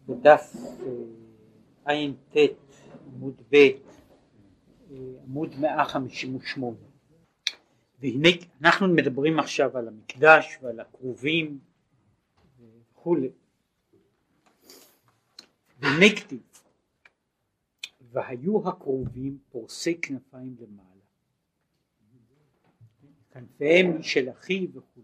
בדף ע"ט עמוד ב' עמוד 158. והנה אנחנו מדברים עכשיו על המקדש ועל הקרובים וכולי. והנה כתיב והיו הקרובים פורסי כנפיים למעלה, כנפיהם משל אחי וכולי.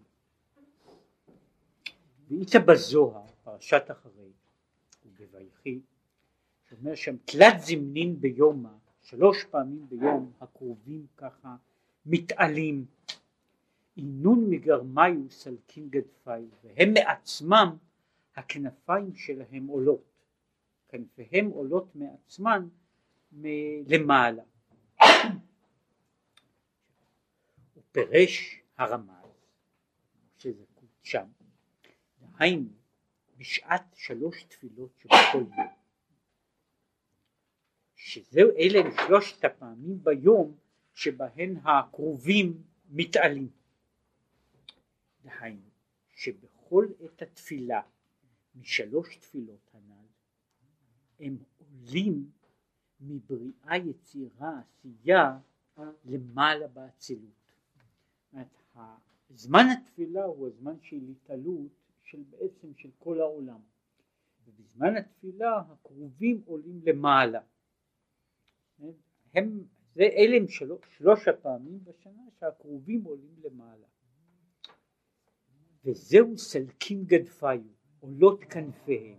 ואיתה בזוהר פרשת אחרי ובויחי שאומר שם תלת זמנין ביומה, 3 פעמים ביום הקרובים ככה מתעלים, אינון מגרמיו סלקין גדפי, והם מעצמם הכנפיים שלהם עולות, כנפיהם עולות מעצמן למעלה. ופרש הרמז שזה שם, דהיינו בשעת 3 תפילות שבכל יום, שזהו אלה הם 3 הפעמים ביום שבהן הקרובים מתעלים. דהיינו שבכל עת התפילה מ3 תפילות הנ"ל הם עולים מבריאה יצירה עשייה למעלה באצילות. זמן התפילה הוא הזמן של התעלות של בעצם של כל העולם, ובזמן התפילה הקרובים עולים למעלה. אלה הם 3 הפעמים בשנה שהקרובים עולים למעלה. וזהו סלקין גדפיו, עולות כנפיהם,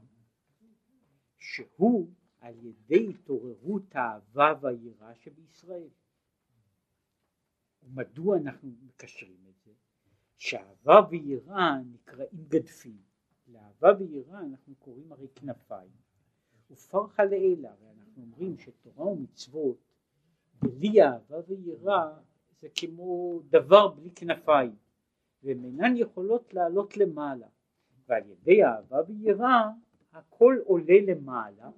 שהוא על ידי התעוררות האהבה והיראה שבישראל. ומדוע אנחנו מקשרים את זה? שאהבה ויראה נקראים גדפים, לאהבה ויראה אנחנו קוראים הרי כנפיים. ופרחה לאלה, הרי אנחנו אומרים שתורה ומצוות בלי אהבה ויראה זה כמו דבר בלי כנפיים, והן אינן יכולות לעלות למעלה, ועל ידי אהבה ויראה הכל עולה למעלה,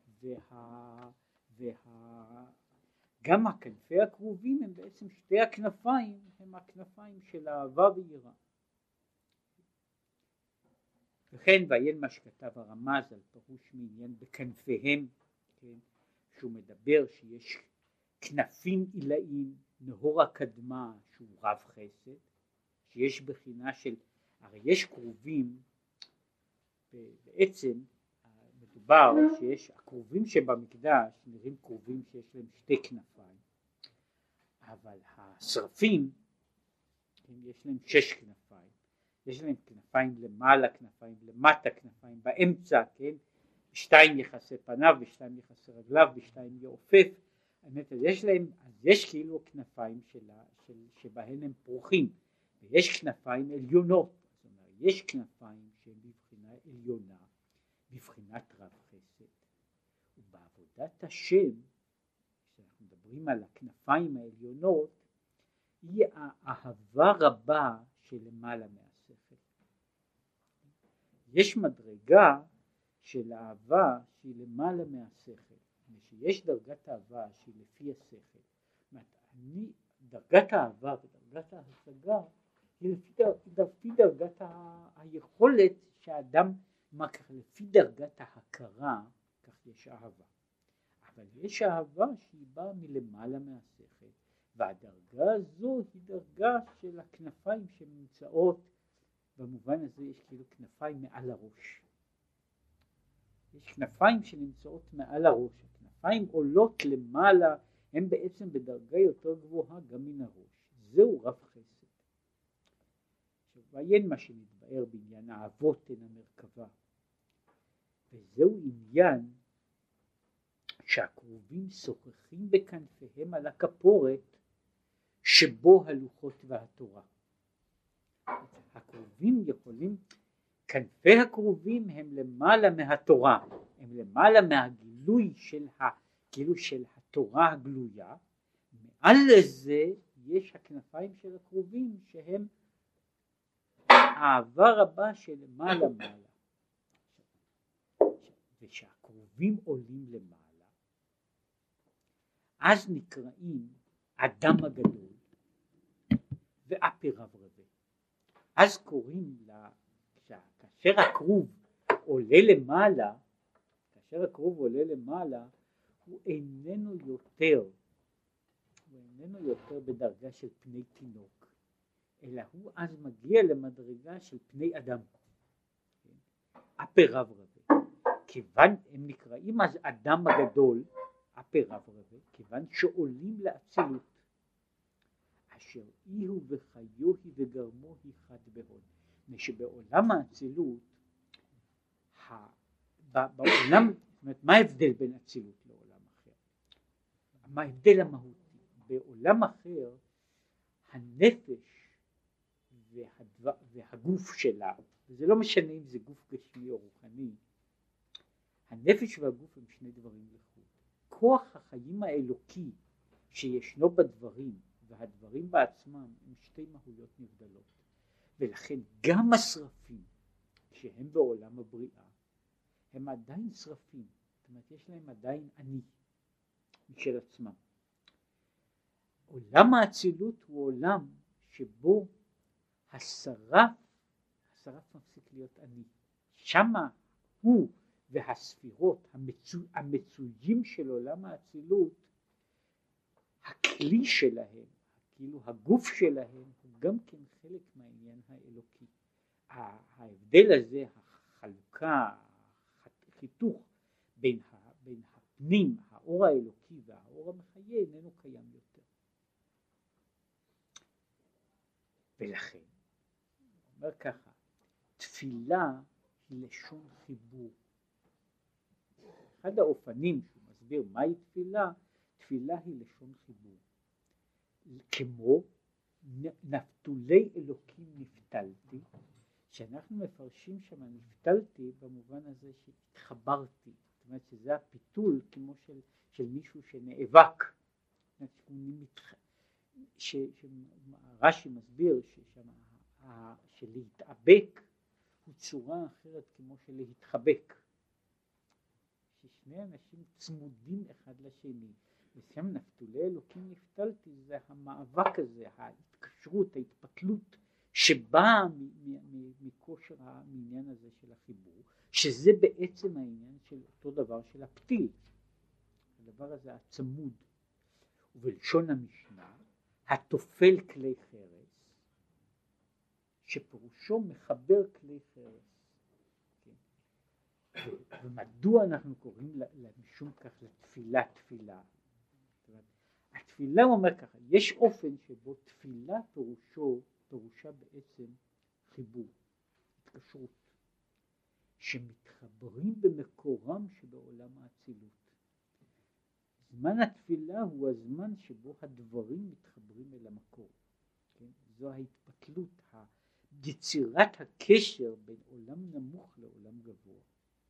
גם הכנפי הקרובים הם בעצם 2 הכנפיים, הם הכנפיים של אהבה ויראה. וכן ועיין מה שכתב הרמז על פירוש מעניין בכנפיהם, כן, שהוא מדבר שיש כנפים עילאים, נהור הקדמה שהוא רב חסד, שיש בחינה של, הרי יש קרובים, בעצם מדובר שיש הקרובים שבמקדש נראים קרובים שיש להם 2 כנפיים, אבל השרפים יש להם 6 כנפיים, יש להם כנפיים למעלה, כנפיים למטה, כנפיים באמצע, כן, 2 יחסי פניו, 2 יחסי רגליו, 2 יעופף. האמת, אז יש להם, אז יש כאילו כנפיים שבהן הם פרוחים, ויש כנפיים עליונות. זאת אומרת, יש כנפיים שהן בבחינה עליונה, בבחינת רב חסד. ובעבודת השם, כשאנחנו מדברים על הכנפיים העליונות, היא האהבה רבה שלמעלה מהשכל. יש מדרגה של אהבה שהיא למעלה מהשכל, שיש דרגת אהבה שהיא לפי השכל. דרגת האהבה ודרגת ההשגה היא לפי דרגת היכולת שהאדם, לפי דרגת ההכרה, כך יש אהבה. אבל יש אהבה שהיא באה מלמעלה מהשכל, והדרגה הזו היא דרגה של הכנפיים שנמצאות, במובן הזה יש כאילו כנפיים מעל הראש. יש כנפיים שנמצאות מעל הראש, הכנפיים עולות למעלה, הם בעצם בדרגה יותר גבוהה גם מן הראש. זהו רב חסד. ועיין מה שנתבאר בעניין האבות הן המרכבה, וזהו עניין שהקרובים שוחחים בכנפיהם על הכפורת שבו הלוחות והתורה. הקרובים יכולים, כנפי הקרובים הם למעלה מהתורה, הם למעלה מהגילוי של התורה הגלויה. מעל לזה יש הכנפיים של הקרובים שהם אהבה רבה של למעלה מעלה. ושהקרובים עולים למעלה, אז נקראים אדם הגדול ואפי רב רבה. אז קוראים לה, כאשר הקרוב עולה למעלה, כאשר הכרוב עולה למעלה, הוא איננו יותר בדרגה של פני תינוק, אלא הוא אז מגיע למדרגה של פני אדם. אפי רב רבה. כיוון הם נקראים אז אדם הגדול, אפי רב רבה, כיוון שעולים לאצילות. אשר איהו וחיו היא וגרמו היא חד בהוד. שבעולם האצילות, בעולם, זאת אומרת, מה ההבדל בין אצילות לעולם אחר? מה ההבדל המהותי? בעולם אחר, הנפש והגוף שלה, וזה לא משנה אם זה גוף גשמי או רוחני, הנפש והגוף הם שני דברים לחוד. כוח החיים האלוקי שישנו בדברים, והדברים בעצמם הם שתי מהויות נבדלות. ולכן גם השרפים שהם בעולם הבריאה הם עדיין שרפים, זאת אומרת יש להם עדיין אני משל עצמם. עולם האצילות הוא עולם שבו השרף מפסיק להיות אני. שמה הוא והספירות המצויים של עולם האצילות, הכלי שלהם, כאילו הגוף שלהם, הוא גם כן חלק מהעניין האלוקי. ההבדל הזה, החלוקה, החיתוך בין הפנים, האור האלוקי והאור המחיה, איננו קיים יותר. ולכן, הוא אומר ככה, תפילה היא לשון חיבור. אחד האופנים שהוא מסביר מהי תפילה, תפילה היא לשון חיבור. כמו נפתולי אלוקים נפתלתי, שאנחנו מפרשים שם נפתלתי במובן הזה שהתחברתי, זאת אומרת שזה הפיתול כמו של מישהו שנאבק, רש"י מסביר שלהתאבק הוא צורה אחרת כמו של להתחבק, ששני אנשים צמודים אחד לשני, ושם נפתולי אלוקים נפתלתי, זה המאבק הזה, ההתקשרות, ההתפתלות שבאה מכושר העניין הזה של החיבור, שזה בעצם העניין של אותו דבר של הפתיל, הדבר הזה הצמוד. ובלשון המשנה, התופל כלי חרס, שפירושו מחבר כלי חרס. ומדוע אנחנו קוראים משום כך לתפילה תפילה? התפילה אומר ככה, יש אופן שבו תפילה פירושה בעצם חיבור, התקשרות, שמתחברים במקורם שבעולם האצילות. זמן התפילה הוא הזמן שבו הדברים מתחברים אל המקור, כן? זו ההתפתלות, יצירת הקשר בין עולם נמוך לעולם גבוה.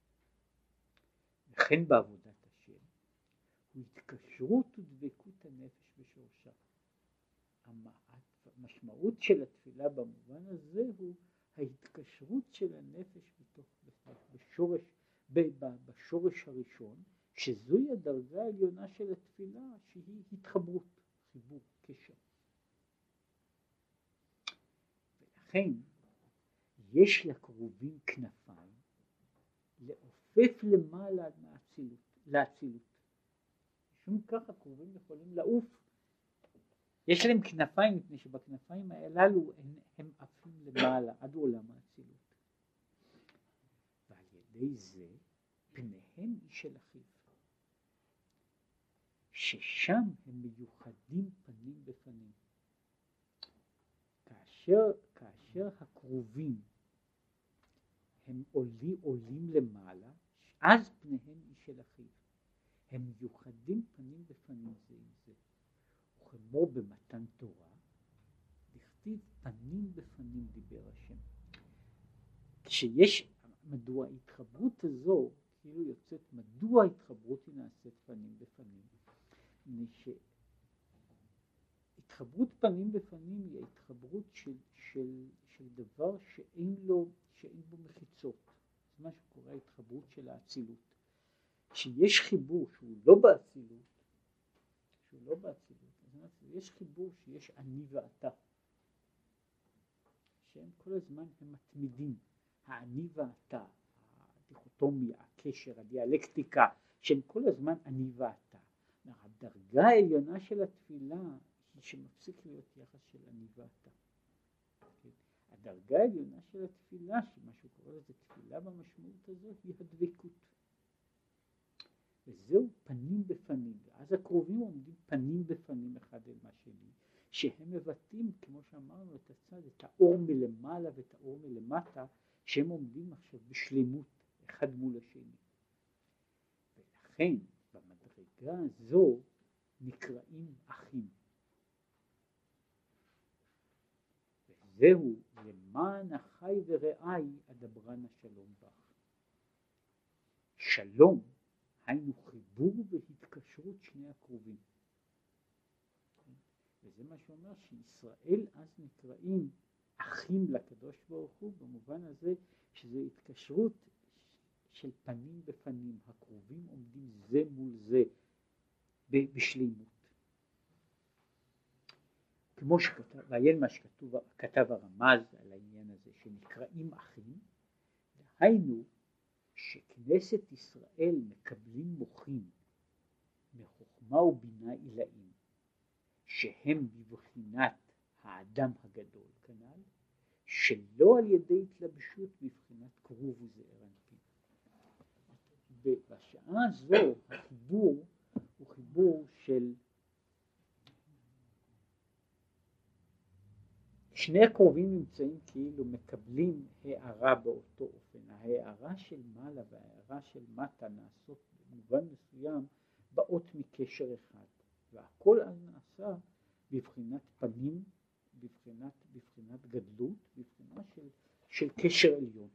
לכן בעבודת השם הוא התקשרות ודבקות הנפש בשורשה. המשמעות של התפילה במובן הזה הוא ההתקשרות של הנפש בשורש הראשון, שזוהי הדרגה העליונה של התפילה, שהיא התחברות, חיבור, קשר. ולכן יש לקרובים כנפיים לעופף למעלה לאצילות. משום כך הקרובים יכולים לעוף. יש להם כנפיים, מפני שבכנפיים הללו הם עפים למעלה עד עולם האצילות. ועל ידי זה פניהם היא של אחיו, ששם הם מיוחדים פנים בפנים. כאשר הקרובים הם עולים למעלה, אז פניהם היא של אחיו. הם מיוחדים פנים בפנים זה עם זה. וכמו במתן תורה, לכתיב פנים בפנים דיבר השם. כשיש, מדוע ההתחברות הזו, כאילו יוצאת, מדוע ההתחברות היא נעשית פנים בפנים? התחברות פנים בפנים היא ההתחברות של דבר שאין בו מחיצות. זה מה שקורה, ההתחברות של האצילות. שיש חיבור שהוא לא באצילות, יש חיבור שיש אני ואתה, שהם כל הזמן הם מתמידים, האני ואתה, הדיכוטומיה, הקשר, הדיאלקטיקה, שהם כל הזמן אני ואתה. הדרגה העליונה של התפילה היא שמפסיק להיות יחס של אני ואתה. הדרגה העליונה של התפילה, שמה שהוא קורא לזה תפילה במשמעות הזאת, היא הדבקות. וזהו פנים בפנים, ואז הקרובים עומדים פנים בפנים אחד אל מה שני, שהם מבטאים, כמו שאמרנו, את הצד, את האור מלמעלה ואת האור מלמטה, שהם עומדים עכשיו בשלמות אחד מול השני. ולכן במדרגה הזו נקראים אחים. וזהו למען החי ורעי אדברן השלום בך. שלום היינו חיבור והתקשרות שני הקרובים. וזה מה שאומר שישראל אז נקראים אחים לקדוש ברוך הוא, במובן הזה שזה התקשרות של פנים בפנים, הקרובים עומדים זה מול זה בשלימות. כמו שכתב, ועיין מה שכתב הרמז על העניין הזה שנקראים אחים, היינו שכנסת ישראל מקבלים מוחים מחוכמה ובינה עילאים, שהם בבחינת האדם הגדול כנ"ל, שלא על ידי התלבשות בבחינת קרוב וזעיר אנפין. ובשעה הזו החיבור הוא חיבור של שני הקרובים נמצאים כאילו מקבלים הערה באותו אופן. ההערה של מעלה וההערה של מטה נעשות במובן מסוים באות מקשר אחד, והכל אז נעשה בבחינת פנים, בבחינת גדלות, בבחינה של קשר עליון.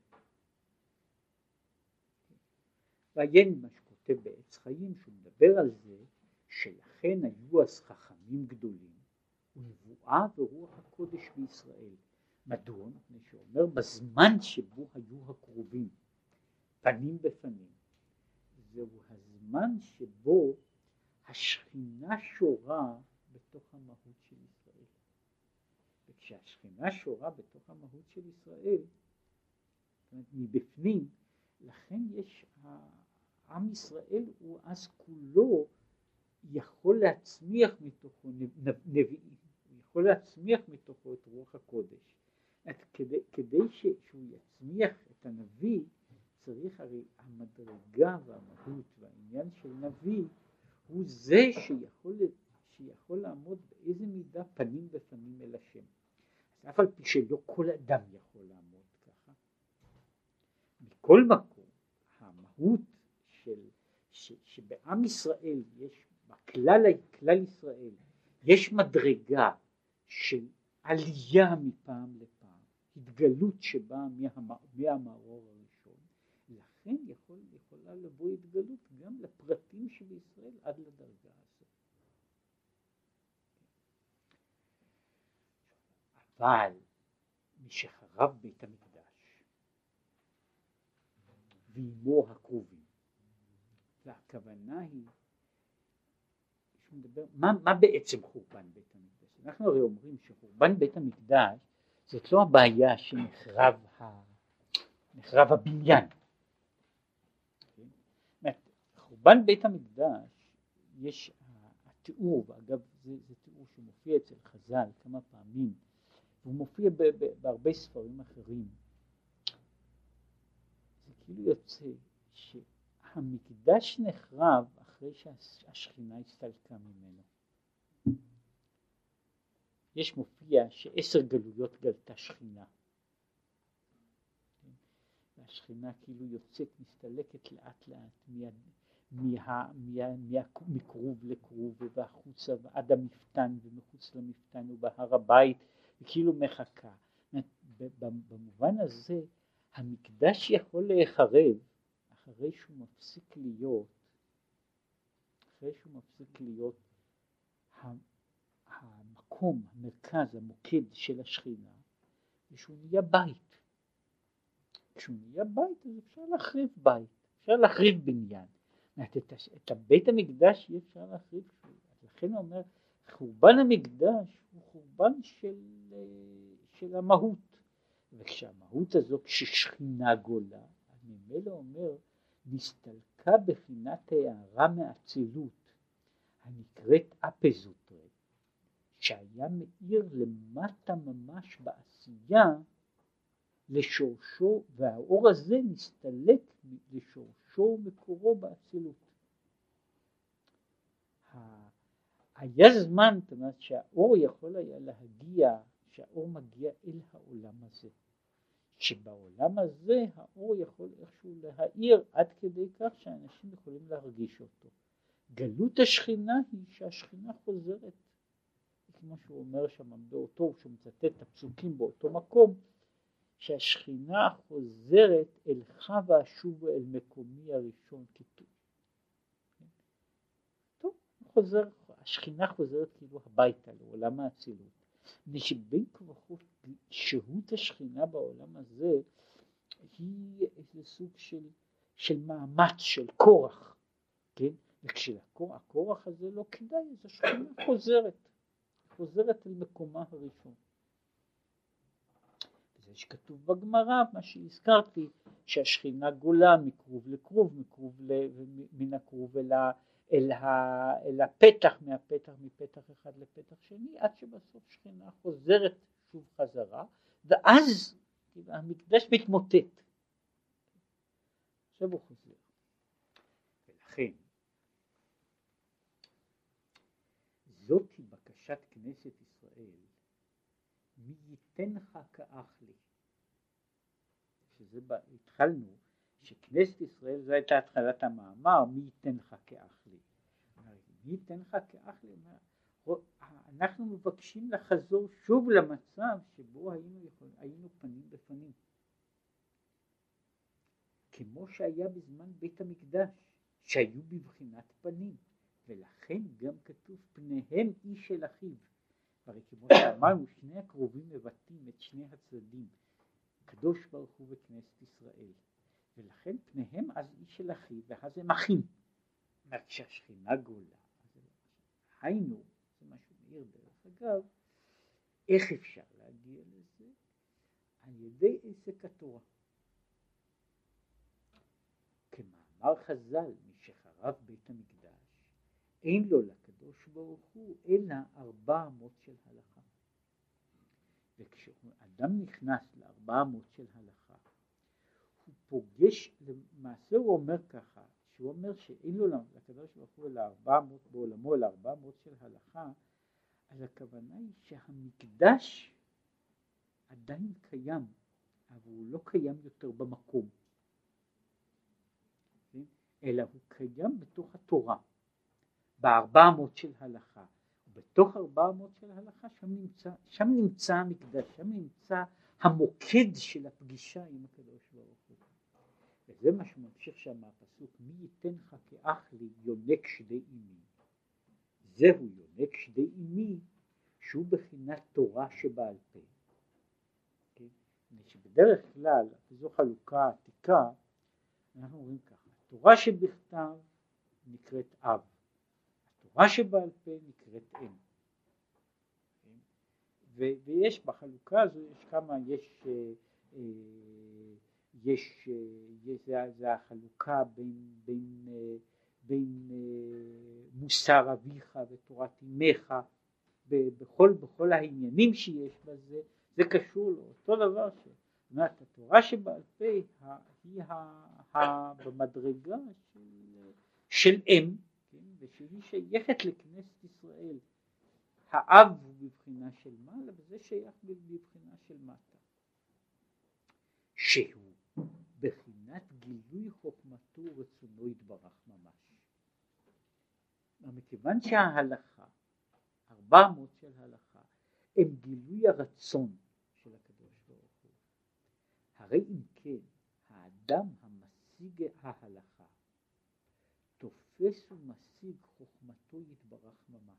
ועיין מה שכותב בעץ חיים, שהוא מדבר על זה שלכן היו אז חכמים גדולים ונבואה ורוח הקודש בישראל. מדוע? מפני שאומר בזמן שבו היו הקרובים פנים בפנים, זהו הזמן שבו השכינה שורה בתוך המהות של ישראל. וכשהשכינה שורה בתוך המהות של ישראל, מבפנים, לכן יש עם ישראל הוא אז כולו יכול להצמיח מתוכו נביאים, הוא יכול להצמיח מתוכו את רוח הקודש. כדי שהוא יצמיח את הנביא, צריך הרי המדרגה והמהות והעניין של נביא הוא זה שיכול לעמוד באיזה מידה פנים בפנים אל השם. אז אף על פי שלא כל אדם יכול לעמוד ככה, מכל מקום המהות שבעם ישראל יש בכלל ישראל יש מדרגה של עלייה מפעם לפעם, התגלות שבאה מהמאור הראשון, לכן יכולה לבוא התגלות גם לפרטים שבישראל עד לדרגה הזאת. אבל משחרב בית המקדש ועמו הקרובים, והכוונה היא שמדבר, מה בעצם חורבן בית המקדש? אנחנו הרי אומרים שחורבן בית המקדש זאת לא הבעיה שנחרב הבניין. חורבן בית המקדש יש התיאור, ואגב זה תיאור שמופיע אצל חז"ל כמה פעמים, והוא מופיע בהרבה ספרים אחרים. זה כאילו יוצא שהמקדש נחרב אחרי שהשכינה הסתלקה ממנו. יש מופיע ש10 גלויות גלתה שכינה. והשכינה כאילו יוצאת, מסתלקת לאט לאט מקרוב לקרוב ובחוצה ועד המפתן ומחוץ למפתן ובהר הבית, וכאילו מחכה. במובן הזה המקדש יכול להיחרב אחרי שהוא מפסיק להיות המקום, המרכז, המוקד של השכינה, ושהוא נהיה בית. כשהוא נהיה בית אז אפשר להחריב בית, אפשר להחריב בניין. את הבית המקדש אי אפשר להחריב. לכן הוא אומר חורבן המקדש הוא חורבן של המהות, וכשהמהות הזו כששכינה גולה ממילא אומר, נסתלקה בחינת הערה מאצילות, הנקראת אפזוטרי, שהיה מאיר למטה ממש בעשייה לשורשו, והאור הזה נסתלק לשורשו ומקורו באצילות. היה זמן, זאת אומרת, שהאור יכול היה להגיע, שהאור מגיע אל העולם הזה, שבעולם הזה האור יכול איכשהו להאיר עד כדי כך שאנשים יכולים להרגיש אותו. גלות השכינה היא שהשכינה חוזרת, כמו שהוא אומר שם באותו, שהוא מצטט את הפסוקים באותו מקום, שהשכינה חוזרת אלך ואשוב אל מקומי הראשון כתוב. טוב, השכינה חוזרת כאילו הביתה לעולם האצילות. שבין כבחות שהות השכינה בעולם הזה היא איזה סוג של מאמץ, של כורח, כן? וכשהכורח הזה לא כדאי, אז השכינה חוזרת אל מקומה הראשון. זה שכתוב בגמרא, מה שהזכרתי, שהשכינה גולה מקרוב לקרוב, מן הקרוב אל הפתח, מפתח אחד לפתח שני, עד שבסוף שכינה חוזרת שוב חזרה, ואז המקדש מתמוטט. עכשיו הוא חוזר. ולכן, זאת היא בקשת כנסת ישראל, מי ייתן לך כאח לי. שזה התחלנו, שכנסת ישראל, זו הייתה התחלת המאמר, מי ייתן לך כאח לי. מי ייתן לך כאח לי? אנחנו מבקשים לחזור שוב למצב שבו היינו פנים בפנים. כמו שהיה בזמן בית המקדש, שהיו בבחינת פנים, ולכן גם כתוב פניהם איש אל אחיו. הרי כמו שאמרנו, שני הקרובים מבטאים את שני הצדדים, קדוש ברוך הוא וכנסת ישראל, ולכן פניהם אז איש אל אחיו, ואז הם אחים. רק שהשכינה גולה, היינו, זה משהו מאיר דרך אגב, איך אפשר להגיע לזה? על ידי עסק התורה. כמאמר חז"ל, מי שחרב בית המקדש, אין לו לקדוש ברוך הוא אלא 4 אמות של הלכה. וכשאדם נכנס ל4 אמות של הלכה, הוא פוגש, למעשה הוא אומר ככה, שהוא אומר שאין לו לקדוש ברוך הוא אלא 4 אמות בעולמו, אלא 4 אמות של הלכה, אז הכוונה היא שהמקדש עדיין קיים, אבל הוא לא קיים יותר במקום, אלא הוא קיים בתוך התורה, ב4 אמות של הלכה. בתוך 4 אמות של הלכה שם נמצא המקדש, שם נמצא המוקד של הפגישה עם הקדוש ברוך הוא. וזה מה שממשיך שם הפסוק, מי ייתן לך כאח לי יונק שדי אמי. זהו יונק שדי אמי, שהוא בחינת תורה שבעל פה. כן? שבדרך כלל, זו חלוקה עתיקה, אנחנו אומרים ככה, תורה שבכתב נקראת אב, התורה שבעל פה נקראת אם. ויש בחלוקה הזו, יש כמה, זה החלוקה בין מוסר אביך ותורת אמך, בכל העניינים שיש בזה, זה קשור לאותו דבר, זאת התורה שבעל פה היא במדרגה של אם, ושהיא שייכת לכנסת ישראל. האב הוא בבחינה של מעלה, וזה שייך בבחינה של מטה. שהוא בחינת גילוי חוכמתו ורצונו יתברך ממש. מכיוון שההלכה, 4 אמות של הלכה, הם גילוי הרצון של הקדוש ברוך הוא. הרי אם כן, האדם המשיג ההלכה, תופס ומשיג חוכמתו יתברך ממש.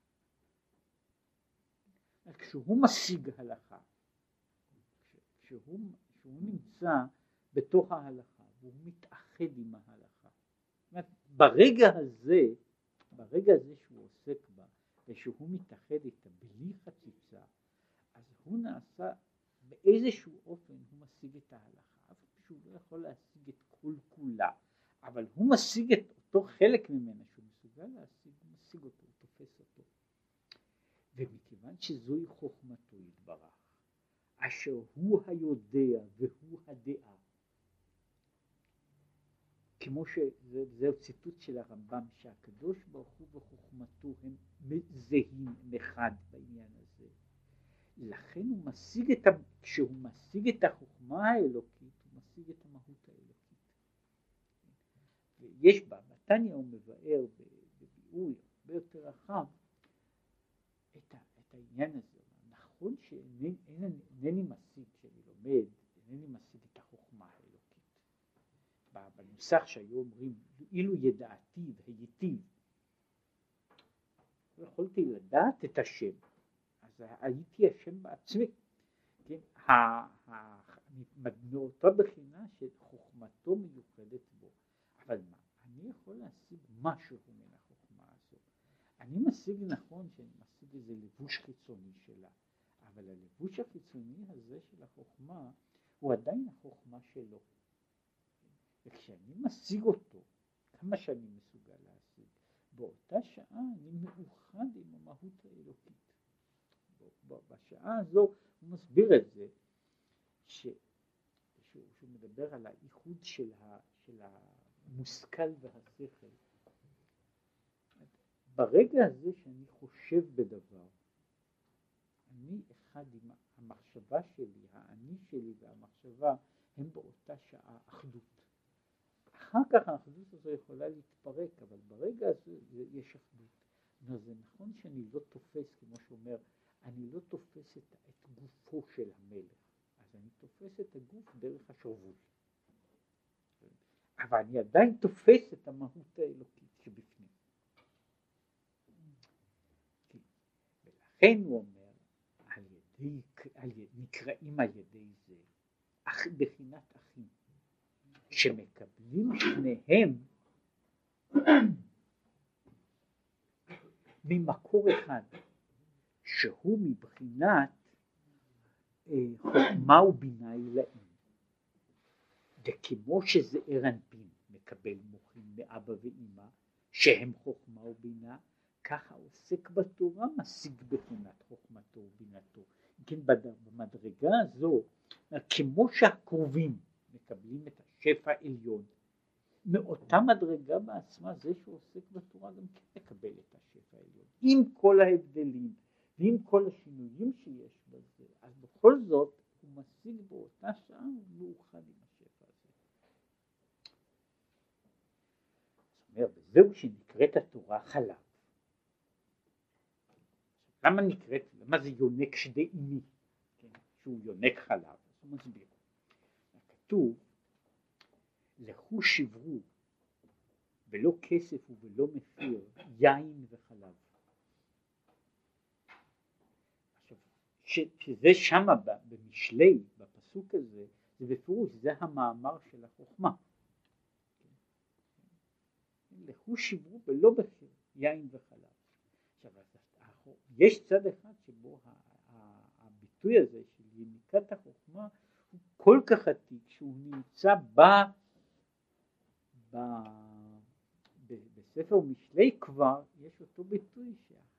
כשהוא משיג הלכה, כשהוא נמצא בתוך ההלכה, והוא מתאחד עם ההלכה, ברגע הזה שהוא עוסק בה, ושהוא מתאחד איתה בלי חציצה, אז הוא נעשה באיזשהו אופן, הוא משיג את ההלכה, אבל שהוא לא יכול להשיג את כל כולה, אבל הוא משיג את אותו חלק ממנה שהוא מסוגל להשיג, הוא משיג אותו, הוא תופס אותו. ומכיוון שזוהי חוכמתו יתברך, אשר הוא היודע והוא הדעה, כמו שזהו ציטוט של הרמב"ם, שהקדוש ברוך הוא וחוכמתו הם זהים אחד בעניין הזה, לכן הוא משיג כשהוא משיג את החוכמה האלוקית, הוא משיג את המהות האלוקית. ויש בה, בתניא הוא מבאר בביאור הרבה יותר רחב את העניין הזה. נכון שאינני משיג, כשאני לומד, אינני משיג את החוכמה האלוקית. בנוסח שהיו אומרים, אילו ידעתי והייתי, לא יכולתי לדעת את השם, אז הייתי השם בעצמי. כן? מאותה בחינה שחוכמתו מיוחדת בו. אבל מה? אני יכול להשיג משהו מן החוכמה הזו. אני משיג, נכון שאני משיג איזה לבוש חיצוני שלה, אבל הלבוש החיצוני הזה של החוכמה הוא עדיין החוכמה שלו. וכשאני משיג אותו, כמה שאני מסוגל להשיג, באותה שעה אני מאוחד עם המהות האלוקית. בשעה הזו הוא מסביר את זה, שהוא מדבר על האיחוד של המושכל והשכל. ברגע הזה שאני חושב בדבר, אני אחד עם המחשבה שלי, האני שלי והמחשבה הם באותה שעה אחדות. אחר כך האחדות הזו יכולה להתפרק, אבל ברגע הזה יש אחדות. זה נכון שאני לא תופס, כמו שאומר, אני לא תופס את גופו של המלך, אז אני תופס את הגוף דרך השרוול. אבל אני עדיין תופס את המהות האלוקית שבפנים. ולכן הוא אומר, נקראים על ידי זה בחינת אחים, שמקבלים שניהם ממקור אחד, שהוא מבחינת חוכמה ובינה עילאים. וכמו שזעיר אנפין מקבל מוחין מאבא ואמא שהם חוכמה ובינה, ככה עוסק בתורה משיג בחינת חוכמתו ובינתו. כן, במדרגה הזו, כמו שהקרובים מקבלים את השפע העליון, מאותה מדרגה בעצמה זה שעוסק בתורה גם כן מקבל את השפע העליון, עם כל ההבדלים ועם כל השינויים שיש בזה, אז בכל זאת הוא משיג באותה שעה, הוא מאוחד עם השפע הזה. זאת אומרת, וזהו שנקראת התורה חלב. למה זה יונק שדעיני, כן? שהוא יונק חלב, אז הוא מסביר. כתוב, לכו שברו ולא כסף ולא מחיר, יין וחלב. עכשיו, שזה שמה במשלי, בפסוק הזה, זה בפירוש, זה המאמר של החוכמה. לכו שברו ולא מחיר, יין וחלב. עכשיו, יש צד אחד שבו הביטוי הזה של יניקת החוכמה הוא כל כך עתיק, שהוא נמצא בספר משלי כבר, יש אותו ביטוי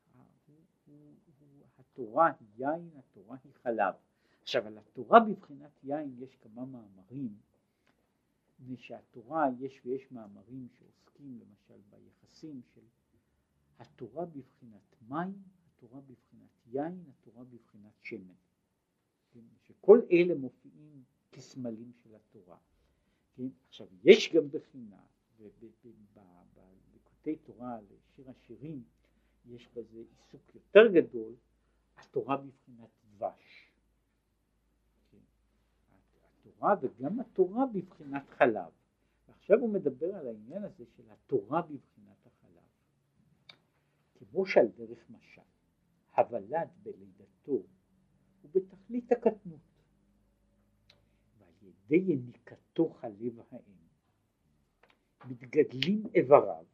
שהתורה היא יין, התורה היא חלב. עכשיו, על התורה בבחינת יין יש כמה מאמרים, שהתורה יש מאמרים שעוסקים למשל ביחסים של התורה בבחינת מים, התורה בבחינת יין, התורה בבחינת שמן. כן? שכל אלה מופיעים כסמלים של התורה. כן? עכשיו, יש גם בחינה, ובליקוטי תורה לשיר השירים, יש בזה עיסוק יותר גדול, התורה בבחינת דבש. כן? התורה וגם התורה בבחינת חלב. ועכשיו הוא מדבר על העניין הזה של התורה בבחינת החלב. כמו שעל דרך משל, הוולד בלידתו הוא בתכלית הקטנות, ועל ידי יניקתו חלב האם מתגדלים איבריו.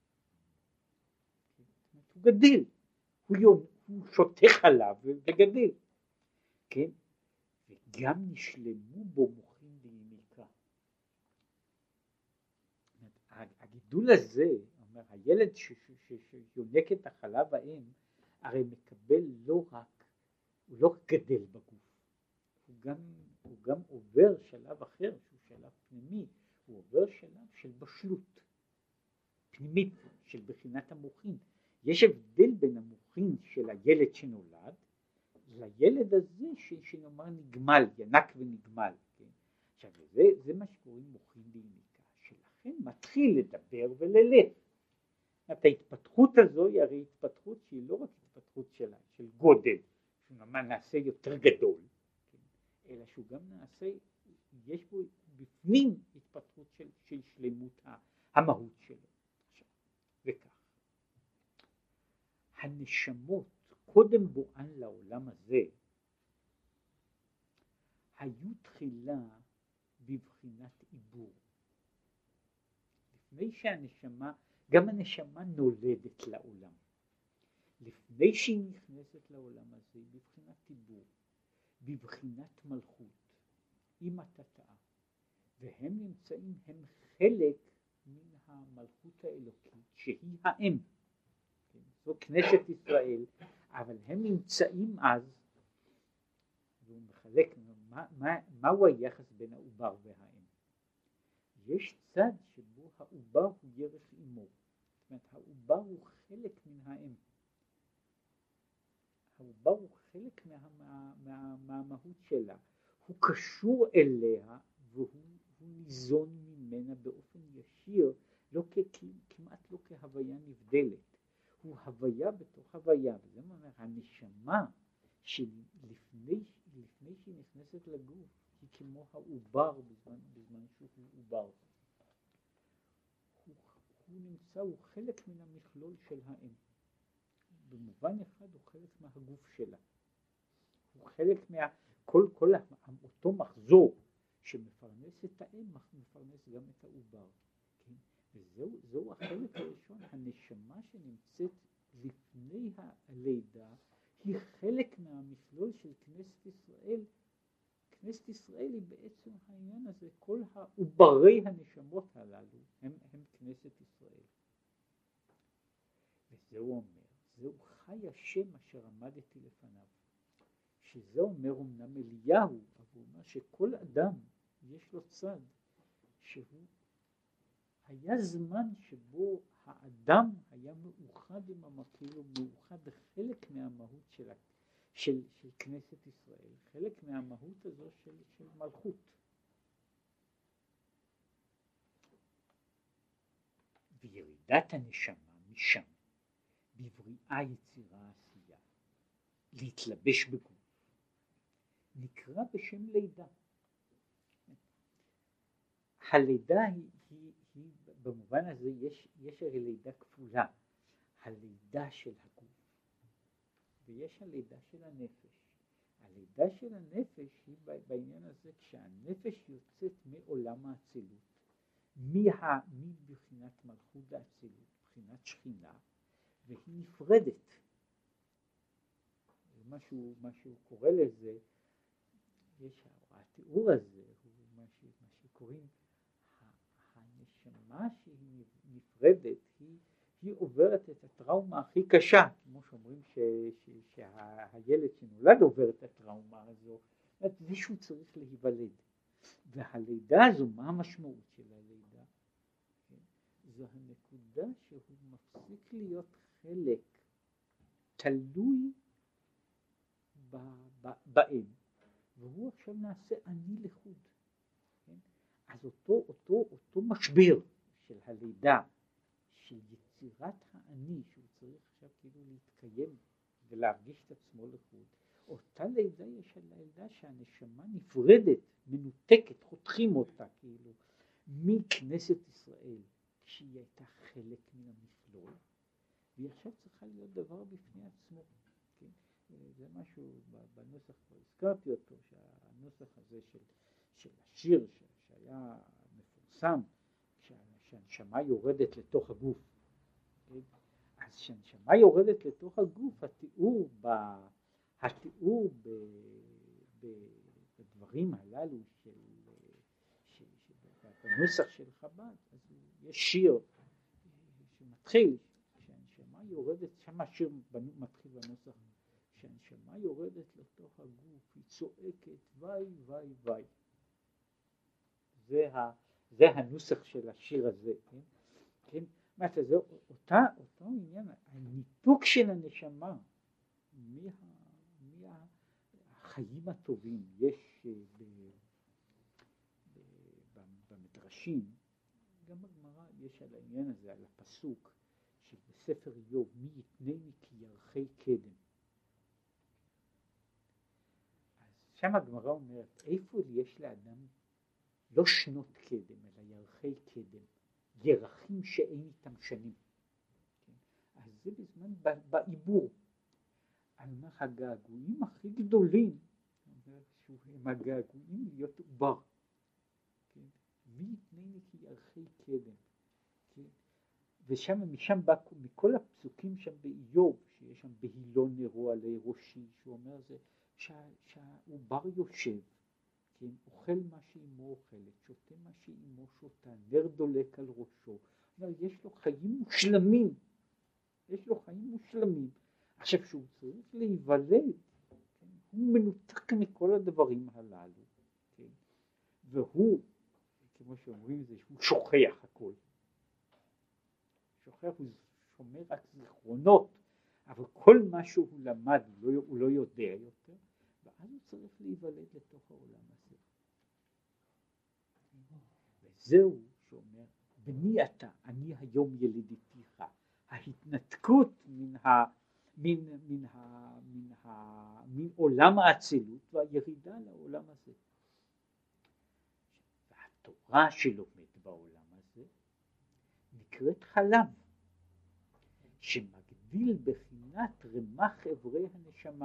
הוא גדל, הוא שותה חלב וגדל, כן? וגם נשלמו בו מוחין ויניקה. הגידול הזה, אומר, הילד שיונק את החלב האם, הרי מקבל לא רק, הוא לא גדל בגוף, הוא גם עובר שלב אחר, שהוא שלב פנימי, הוא עובר שלב של בשלות פנימית, של בחינת המוחין. יש הבדל בין המוחין של הילד שנולד, לילד הזה שנאמר נגמל, ינק ונגמל. כן? עכשיו זה מה שקוראים מוחין ביניקה, שלכן מתחיל לדבר וללך. את ההתפתחות הזו היא הרי התפתחות שהיא לא רק התפתחות של גודל, שהוא נעשה יותר גדול, כן? אלא שהוא גם נעשה, יש בו בפנים התפתחות של שלמות המהות שלו. וכך, הנשמות קודם בואן לעולם הזה היו תחילה בבחינת עיבור. לפני שהנשמה, גם הנשמה נולדת לעולם, לפני שהיא נכנסת לעולם הזה היא בבחינת עיבור, בבחינת מלכות עם התתאה, והם נמצאים, הם חלק מן המלכות האלוקית שהיא האם, זו כנסת ישראל, אבל הם נמצאים אז, והוא מחלק, מהו היחס בין העובר והאם? יש צד שבו העובר הוא ירך אמו, זאת אומרת העובר הוא חלק מן האם, העובר הוא חלק מהמהות שלה, הוא קשור אליה והוא ניזון ממנה באופן ישיר, כמעט לא כהוויה נבדלת, הוא הוויה בתוך הוויה. וזה אומר, הנשמה שלפני שהיא נכנסת לגוף היא כמו העובר בזמן שהוא עובר, הוא נמצא, הוא חלק מן המכלול של האם, במובן אחד הוא חלק מהגוף שלה, הוא חלק כל אותו מחזור שמפרנס את האם מפרנס גם את העובר, כן? וזהו החלק הראשון. הנשמה שנמצאת לפני הלידה היא חלק מהמכלול של כנסת ישראל. כנסת ישראל היא בעצם העניין הזה, כל העוברי הנשמות הללו הם כנסת ישראל. וזהו אומר, זהו חי השם אשר עמדתי לפניו, שזה אומר אמנם אליהו, אבל הוא אומר שכל אדם יש לו צד, שהוא היה זמן שבו האדם היה מאוחד עם המקביל, הוא מאוחד חלק מהמהות של כנסת ישראל, חלק מהמהות הזו של מלכות. וירידת הנשמה משם בבריאה יצירה עשייה להתלבש בגוף נקרא בשם לידה. הלידה היא במובן הזה יש הרי לידה כפולה, הלידה של הגוף ויש הלידה של הנפש. הלידה של הנפש היא בעניין הזה כשהנפש יוצאת מעולם האצילות, מבחינת מלכות האצילות, מבחינת שכינה, והיא נפרדת. מה שהוא קורא לזה, יש התיאור הזה, הוא מה שקוראים הנשמה שהיא נפרדת, היא עוברת את הטראומה הכי קשה, כמו שאומרים שהילד שנולד עובר את הטראומה הזו, מישהו צריך להיוולד. והלידה הזו, מה המשמעות של הלידה? זו הנקודה שהוא מפסיק להיות חלק תלוי באם, והוא עכשיו נעשה אני לחוד. אז אותו משבר של הלידה, של יצירת האני, שהוא צריך עכשיו כאילו להתקיים ולהרגיש את עצמו לחוד, אותה לידה יש הלידה שהנשמה נפרדת, מנותקת, חותכים אותה כאילו מכנסת ישראל, כשהיא הייתה חלק מן המכלול, והיא עכשיו צריכה להיות דבר בפני עצמו. כן? זה משהו בנוסח, כבר הזכרתי אותו, שהנוסח הזה של השיר שהיה מפורסם, שהנשמה יורדת לתוך הגוף. כן? אז כשהנשמה יורדת לתוך הגוף, התיאור בדברים הללו בנוסח של חב"ד, אז יש שיר מתחיל, שהנשמה יורדת, שם השיר מתחיל בנוסח, שהנשמה יורדת לתוך הגוף, היא צועקת וואי וואי וואי. זה הנוסח של השיר הזה, כן? כן? זה אותו עניין, הניתוק של הנשמה מהחיים הטובים. יש במדרשים, גם בגמרא יש על העניין הזה, על הפסוק שבספר איוב, מי יתנני כי ירחי קדם. אז שם הגמרא אומרת, איפה יש לאדם לא שנות קדם, אלא ירחי קדם, ירחים שאין איתם שנים. כן? אז זה בזמן בעיבור. על מה הגעגועים הכי גדולים, הם הגעגועים להיות עובר. כן? מי יתנני כי ירחי קדם. כן? ושם, משם בא, מכל הפסוקים שם באיוב, שיש שם בהילון נרו עלי ראשי, שהוא אומר זה, שהעובר יושב, כן? אוכל מה שאימו אוכלת, שותה מה שאימו שותה, נר דולק על ראשו. יש לו חיים מושלמים, יש לו חיים מושלמים. עכשיו שהוא צריך להיוולד, כן? הוא מנותק מכל הדברים הללו, כן? והוא, כמו שאומרים זה, הוא שוכח הכל. שוכח, הוא שומר רק זיכרונות, אבל כל מה שהוא למד הוא לא יודע יותר, ואז הוא צריך להיוולד לתוך העולם הזה. וזהו שאומר, בני אתה, אני היום ילידיתיך. ההתנתקות מן עולם האצילות והירידה לעולם הזה. והתורה שלומד בעולם הזה נקראת חלב, שמגדיל בחינת רמ"ח אברי הנשמה.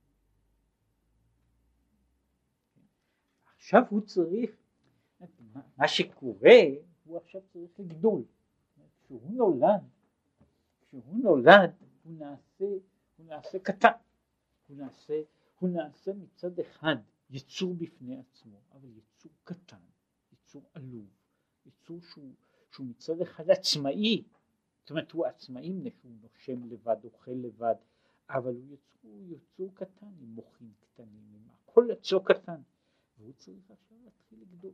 עכשיו הוא צריך, מה שקורה, הוא עכשיו צריך לגדול. כשהוא נולד, הוא נעשה קטן. הוא נעשה מצד אחד יצור בפני עצמו, אבל יצור קטן, יצור עלוב, יצור שהוא מצד אחד עצמאי. זאת אומרת, הוא עצמאי, הוא נושם לבד, אוכל לבד, אבל הוא יצור קטן, עם מוחים קטנים, עם הכל יצור קטן. והוא צריך עכשיו להתחיל לגדול.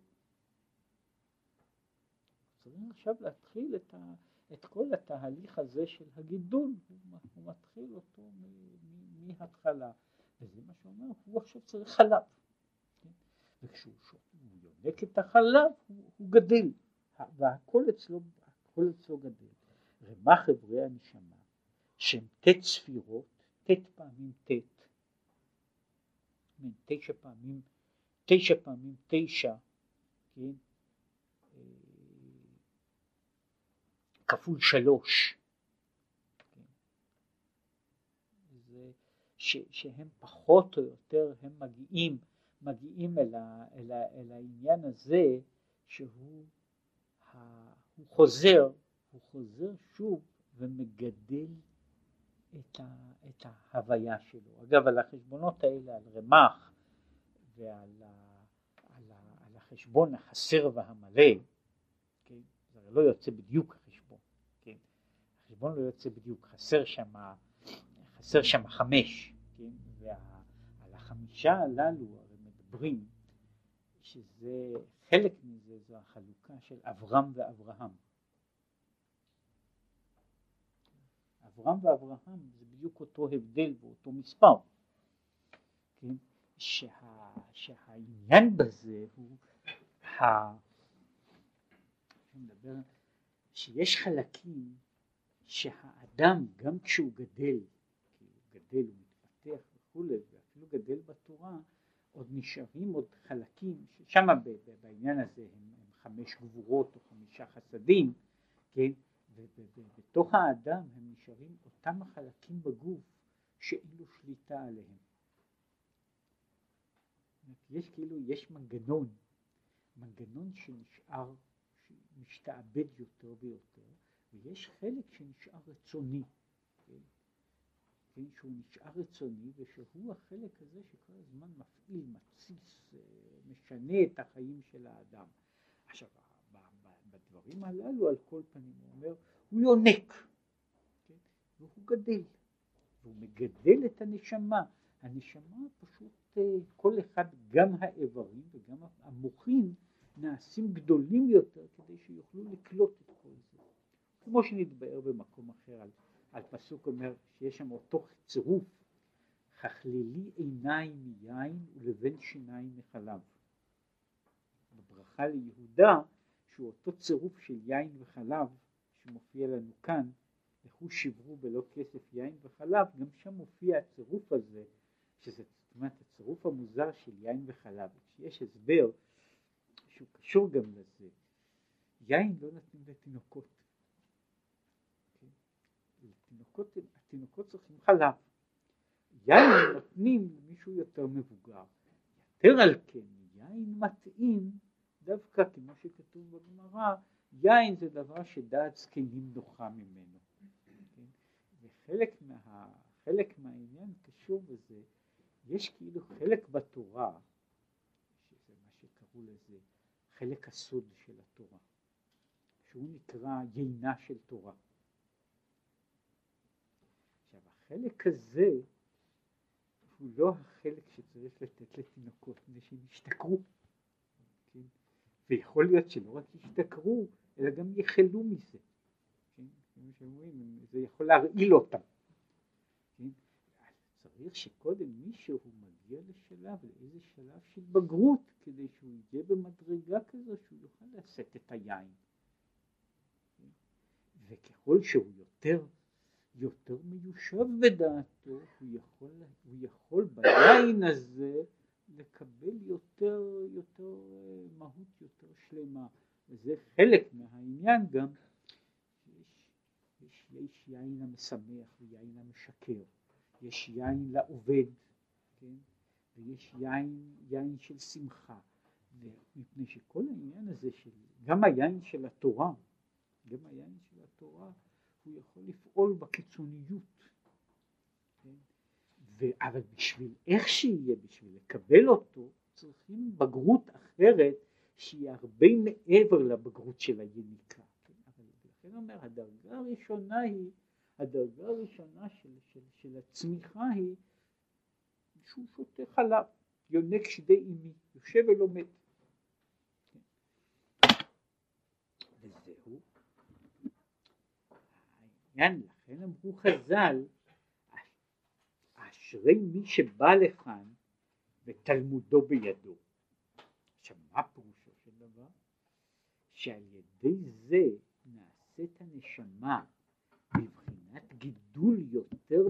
צריך עכשיו להתחיל את כל התהליך הזה של הגידול, הוא מתחיל אותו מההתחלה, וזה מה שאומר, הוא עכשיו צריך חלב. וכשהוא יונק את החלב, הוא גדל, והכל אצלו גדל. רמ"ח אברי הנשמה, שהם ת' ספירות, ת' פעמים ת', 9 פעמים 9, כן? כפול 3, כן? זה שהם פחות או יותר הם מגיעים אל העניין הזה שהוא חוזר שוב ומגדל את ההוויה שלו. אגב, על החשבונות האלה, על רמ"ח ועל על החשבון החסר והמלא, כן? זה לא יוצא בדיוק החשבון, כן? החשבון לא יוצא בדיוק, חסר שם 5, כן? ועל החמישה הללו הרי מדברים שזה חלק מזה, זו החלוקה של אברהם ואברהם. אברהם ואברהם זה בדיוק אותו הבדל ואותו מספר, כן? שהעניין בזה הוא שיש חלקים שהאדם גם כשהוא גדל, הוא מתפתח וכולי, ואפילו גדל בתורה, עוד נשארים עוד חלקים, ששם בעניין הזה הם 5 גבורות או 5 חסדים, כן? ובתוך האדם הם נשארים אותם החלקים בגוף שאין לו שליטה עליהם. יש מנגנון שנשאר, שמשתעבד יותר ויותר, ויש חלק שנשאר רצוני, כן? שהוא נשאר רצוני, ושהוא החלק הזה שכל הזמן מפעיל, מתסיס, משנה את החיים של האדם. עכשיו, בדברים הללו על כל פנים הוא אומר, הוא יונק, הוא גדל, והוא מגדל את הנשמה. הנשמה פשוט כל אחד, גם האיברים וגם המוחים, נעשים גדולים יותר כדי שיוכלו לקלוט את כל זה. כמו שנתבאר במקום אחר על פסוק אומר שיש שם אותו צירוף, ככלילי עיניים מיין ולבן שיניים מחלב. בברכה ליהודה, שהוא אותו צירוף של יין וחלב שמופיע לנו כאן, לכו שברו בלא כסף יין וחלב, גם שם מופיע הצירוף הזה, שזה זאת אומרת הצירוף המוזר של יין וחלב. יש הסבר שהוא קשור גם לזה. יין לא נותנים לתינוקות. התינוקות צריכים חלב. יין נותנים למישהו יותר מבוגר. יותר על כן, יין מתאים דווקא כמו שכתוב בגמרא, יין זה דבר שדעת זקנים נוחה ממנו. וחלק מהעניין קשור בזה, יש כאילו חלק בתורה, שזה מה שקראו לזה, חלק הסוד של התורה, שהוא נקרא יינה של תורה. עכשיו החלק הזה הוא לא החלק שצריך לתת לתינוקות, מפני שהם ישתכרו, כן? ויכול להיות שלא רק ישתכרו, אלא גם יחלו מזה, כן? כמו שאומרים, זה יכול להרעיל אותם, כן? צריך שקודם מישהו מגיע לשלב, לאיזה שלב של בגרות, כדי שהוא יהיה במדרגה כזו שהוא יוכל לשאת את היין, כן? וככל שהוא יותר מיושב בדעתו, הוא יכול ביין הזה לקבל יותר מהות יותר שלמה. וזה חלק מהעניין גם, יש יין המשמח ויין המשקר, יש יין לעובד, כן? ויש יין של שמחה, מפני שכל העניין הזה גם היין של התורה, הוא יכול לפעול בקיצוניות, כן? אבל בשביל איך שיהיה, בשביל לקבל אותו, צריכים בגרות אחרת שהיא הרבה מעבר לבגרות של היניקה, כן? אבל לכן אומר, הדרגה הראשונה של הצמיחה היא שהוא שותה חלב, יונק שדי אימי, יושב ולומד, כן? וזהו העניין. לכן אמרו חז"ל, אשרי מי שבא לכאן ותלמודו בידו. עכשיו מה פירושו של דבר? שעל ידי זה נעשית הנשמה בבחינת גידול יותר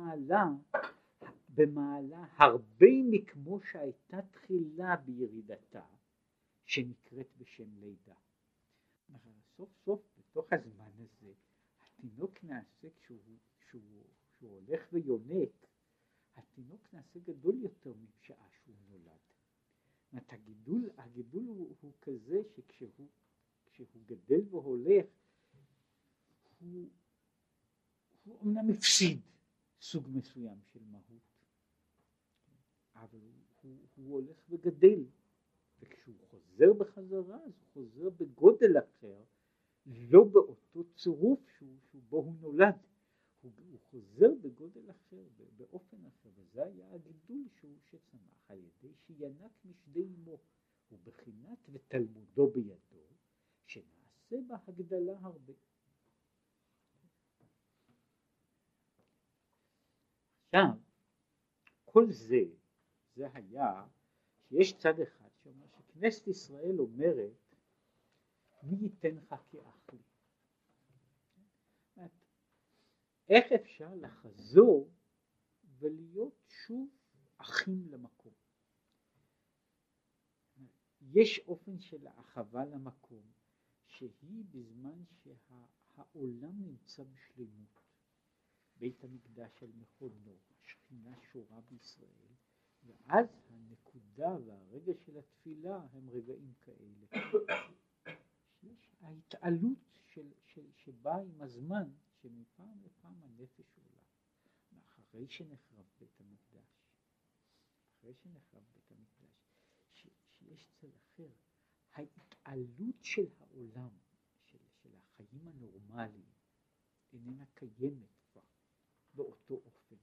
במעלה הרבה מכמו שהייתה תחילה בירידתה, שנקראת בשם לידה. סוף סוף בתוך הזמן הזה התינוק נעשה, כשהוא הולך ויונק, התינוק נעשה גדול יותר משעה שהוא נולד. הגידול הוא כזה שכשהוא גדל והולך, הוא אמנם הפסיד סוג מסוים של מהות, אבל הוא הולך וגדל, וכשהוא חוזר בחזרה, אז הוא חוזר בגודל אחר, לא באותו צירוף שבו הוא נולד, הוא חוזר בגודל אחר, באופן אחר, וזה היה הגידול שצמח על ידי שינק משדי אמו, ובחינת ותלמודו בידו, שנעשה בה הגדלה הרבה. עכשיו, כל זה היה שיש צד אחד שאומר שכנסת ישראל אומרת, מי ייתן לך כאח לי? איך אפשר לחזור ולהיות שוב אחים למקום? יש אופן של האחווה למקום, שהיא בזמן שהעולם נמצא בשלמות. בית המקדש על מכונו, השכינה שורה בישראל, ואז הנקודה והרגע של התפילה הם רגעים כאלה. יש ההתעלות שבאה עם הזמן, שמפעם לפעם הנפש עולה. אחרי שנחרב בית המקדש, שיש צד אחר, ההתעלות של העולם, של החיים הנורמליים, איננה קיימת כבר. באותו אופן.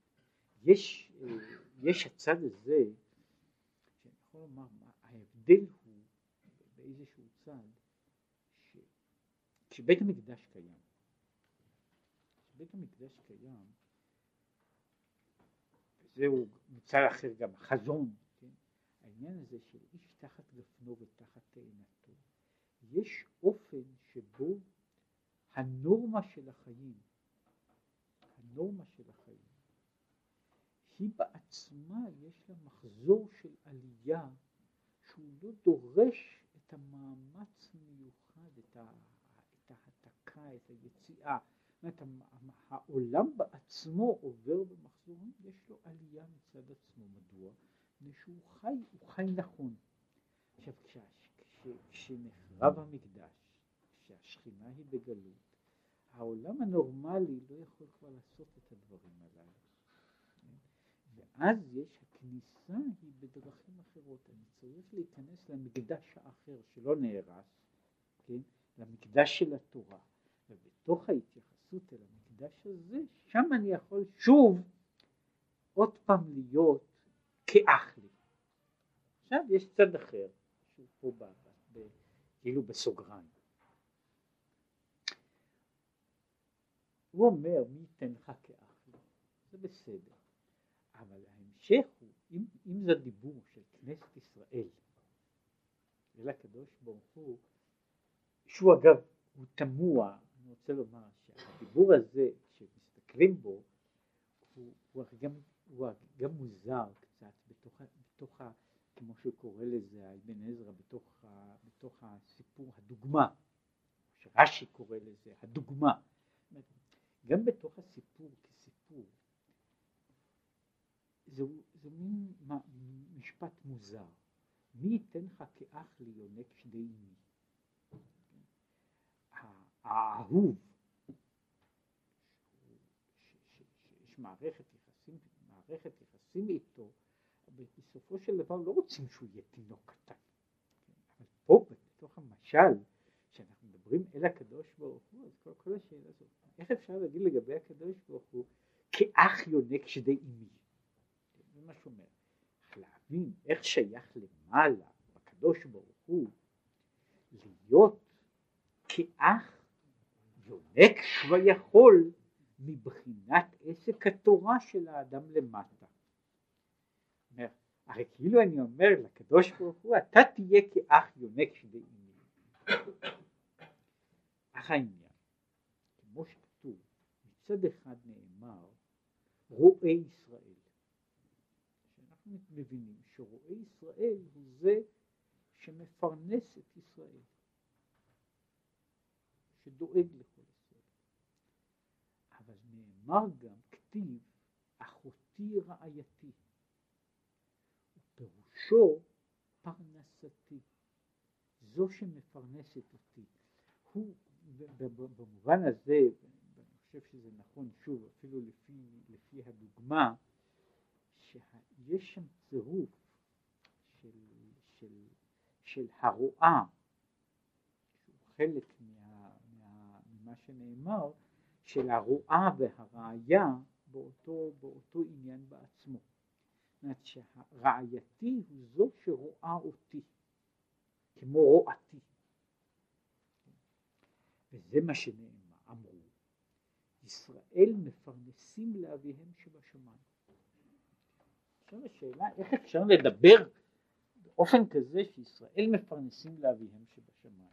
יש הצד הזה, שאני יכול לומר, ההבדל הוא באיזשהו צד, כשבית המקדש קיים, וזהו מצד אחר גם החזון, כן? העניין הזה של איש תחת גפנו ותחת תאנתו, יש אופן שבו הנורמה של החיים, היא בעצמה יש לה מחזור של עלייה שהוא לא דורש את המאמץ המיוחד, את ההתקה, את היציאה. זאת אומרת, העולם בעצמו עובר במחזור, יש לו עלייה מצד עצמו. מדוע? שהוא חי נכון. עכשיו, כשנחרב המקדש, כשהשכינה היא בגלות, העולם הנורמלי לא יכול כבר לעשות את הדברים הללו. ואז יש, הכניסה היא בדרכים אחרות. אני צריך להיכנס למקדש האחר שלא נהרס, כן? למקדש של התורה. ובתוך ההתייחסות אל המקדש הזה, שם אני יכול שוב עוד פעם להיות כאח לי. עכשיו יש צד אחר, שהוא פה כאילו בסוגריים. הוא אומר, מי ייתן לך כאח לי? זה בסדר. אבל ההמשך הוא, אם זה דיבור של כנסת ישראל, אל הקדוש ברוך הוא, שהוא אגב, הוא תמוה, אני רוצה לומר שהדיבור הזה, כשמסתכלים בו, הוא גם מוזר קצת בתוך כמו שהוא קורא לזה, אבן עזרא, בתוך הסיפור, הדוגמה, שרש"י קורא לזה, הדוגמה. גם בתוך הסיפור כסיפור, זה מין משפט מוזר. מי ייתן לך כאח לי יונק שדי אמי? האהוב, שיש מערכת יחסים איתו, בסופו של דבר לא רוצים שהוא יהיה תינוק קטן. אבל פה בתוך המשל, כשאנחנו מדברים אל הקדוש ברוך הוא, אז כל השאלה הזאת, איך אפשר להגיד לגבי הקדוש ברוך הוא, כאח יונק שדי אמי? זה מה שאומר. להבין איך שייך למעלה בקדוש ברוך הוא, להיות כאח יונק ויכול מבחינת עסק התורה של האדם למטה. הרי כאילו אני אומר לקדוש ברוך הוא, אתה תהיה כאח יונק שדי אמי. אך העניין, כמו שכתוב, מצד אחד נאמר רואי ישראל. שאנחנו מבינים שרואי ישראל הוא זה שמפרנס את ישראל, שדואג לכל ישראל. אבל נאמר גם, כתיב אחותי רעייתי, פירושו פרנסתי, זו שמפרנסת אותי. הוא במובן הזה, ואני חושב שזה נכון שוב אפילו לפי הדוגמה, שיש שם צירוף של הרואה, שהוא חלק ממה שנאמר, של הרואה והראיה באותו עניין בעצמו. זאת אומרת שהרעייתי הוא זו שרואה אותי, כמו רואתי. וזה מה שנאמר, אמרו, ישראל מפרנסים לאביהם שבשמיים. עכשיו השאלה, איך אפשר לדבר באופן כזה שישראל מפרנסים לאביהם שבשמיים?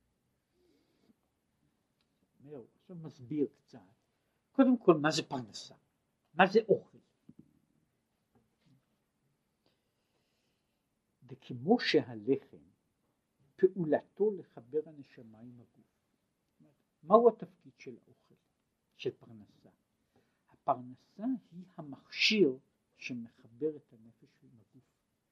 עכשיו מסביר קצת. קודם כל, מה זה פרנסה? מה זה אוכל? וכמו שהלחם, פעולתו לחבר הנשמה עם הגוף. מהו התפקיד של האוכל, של פרנסה? הפרנסה היא המכשיר שמחבר את הנפש עם הגוף.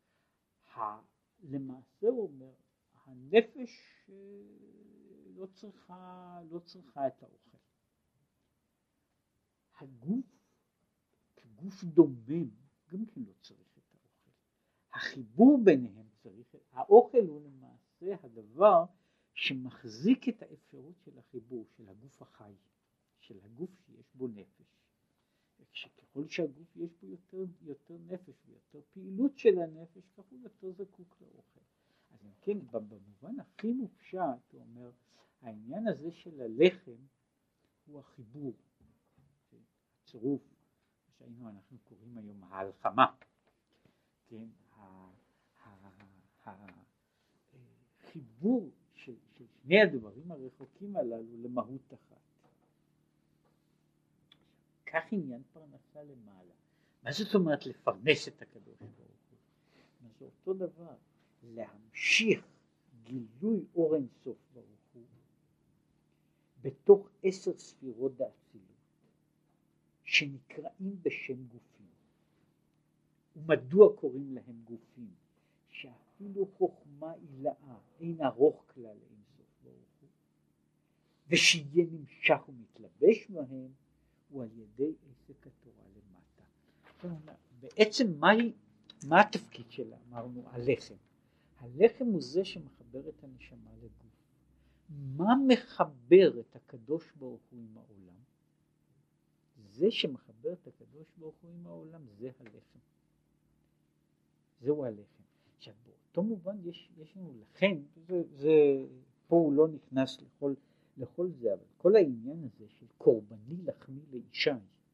למעשה הוא אומר, הנפש לא צריכה את האוכל. הגוף, כגוף דומם, גם כן לא צריך את האוכל. החיבור ביניהם צריך, האוכל הוא למעשה הדבר שמחזיק את האפשרות של החיבור, של הגוף החי, של הגוף שיש בו נפש. ככל שהגוף יש בו יותר נפש ויותר פעילות של הנפש, כך הוא יותר זקוק לאוכל. אז כן, במובן הכי מופשט, הוא אומר, העניין הזה של הלחם הוא החיבור, הצירוף, שהיינו אנחנו קוראים היום ההלחמה, כן, החיבור של שני הדברים הרחוקים הללו למהות אחת. כך עניין פרנסה למעלה. מה זאת אומרת לפרנס את הקדוש ברוך הוא? זה אותו דבר, להמשיך גילוי אור אין סוף ברוך הוא בתוך 10 ספירות דאצילות שנקראים בשם גופים. ומדוע קוראים להם גופים? שאפילו חוכמה עילאה אין ארוך כלל אין סוף ברוך הוא, ושיהיה נמשך ומתלבש בהם הוא על ידי עסק התורה למטה. בעצם מה התפקיד שלה? אמרנו הלחם. הלחם הוא זה שמחבר את הנשמה לגוף. מה מחבר את הקדוש ברוך הוא עם העולם? זה שמחבר את הקדוש ברוך הוא עם העולם זה הלחם. זהו הלחם. עכשיו באותו מובן יש לנו לכן, פה הוא לא נכנס לכל זה, אבל כל העניין הזה של קורבני לחמי לאישי,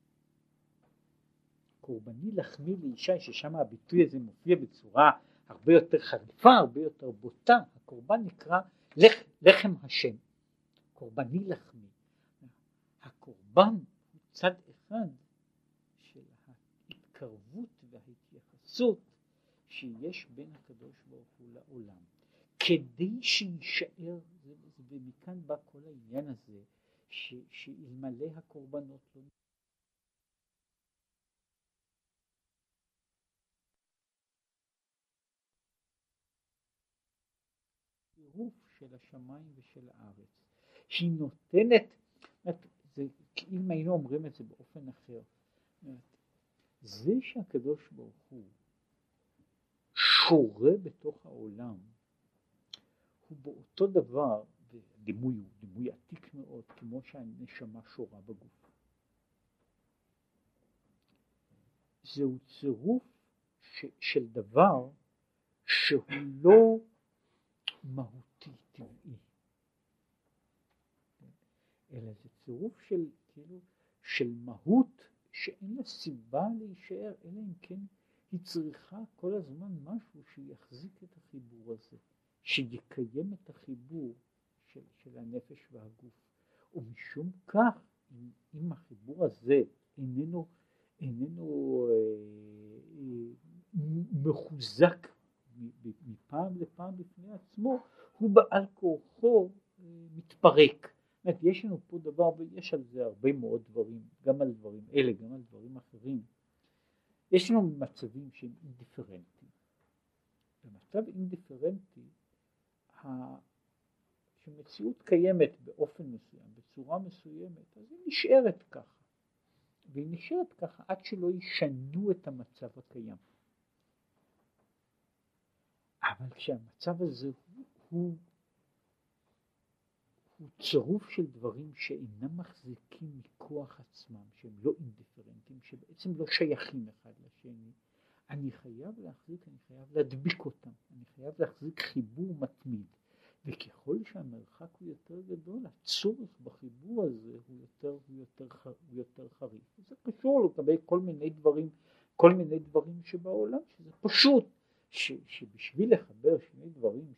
קורבני לחמי לאישי, ששם הביטוי הזה מופיע בצורה הרבה יותר חריפה, הרבה יותר בוטה, הקורבן נקרא לחם השם, קורבני לחמי. הקורבן הוא צד אחד של ההתקרבות וההתייחסות שיש בין הקדוש ברוך הוא לעולם, כדי שישאר, ומכאן בא כל העניין הזה, שאלמלא הקורבנות לא צירוף של השמיים ושל הארץ, שהיא נותנת, זה, אם היינו אומרים את זה באופן אחר, זה שהקדוש ברוך הוא שורה בתוך העולם, הוא באותו דבר, ודימוי הוא דימוי עתיק מאוד, כמו שהנשמה שורה בגוף. זהו צירוף של דבר שהוא לא מהותי טבעי, אלא זה צירוף של כאילו של מהות שאין לה סיבה להישאר, אלא אם כן היא צריכה כל הזמן משהו שיחזיק את החיבור הזה, שיקיים את החיבור של הנפש והגוף. ומשום כך, אם החיבור הזה איננו מחוזק מפעם לפעם בפני עצמו, הוא בעל כורחו מתפרק. יש לנו פה דבר, ויש על זה הרבה מאוד דברים, גם על דברים אלה, גם על דברים אחרים. יש לנו מצבים שהם אינדיפרנטיים. במצב אינדיפרנטי, שמציאות קיימת באופן מסוים, בצורה מסוימת, אז היא נשארת ככה. והיא נשארת ככה עד שלא ישנו את המצב הקיים. אבל כשהמצב הזה הוא צירוף של דברים שאינם מחזיקים מכוח עצמם, שהם לא אינדיפרנטיים, שבעצם לא שייכים אחד לשני, אני חייב להחזיק, אני חייב להדביק אותם, אני חייב להחזיק חיבור מתמיד. וככל שהמרחק הוא יותר גדול, הצורך בחיבור הזה הוא יותר חריף. זה קשור לגבי כל מיני דברים שבעולם, שזה פשוט, שבשביל לחבר שני דברים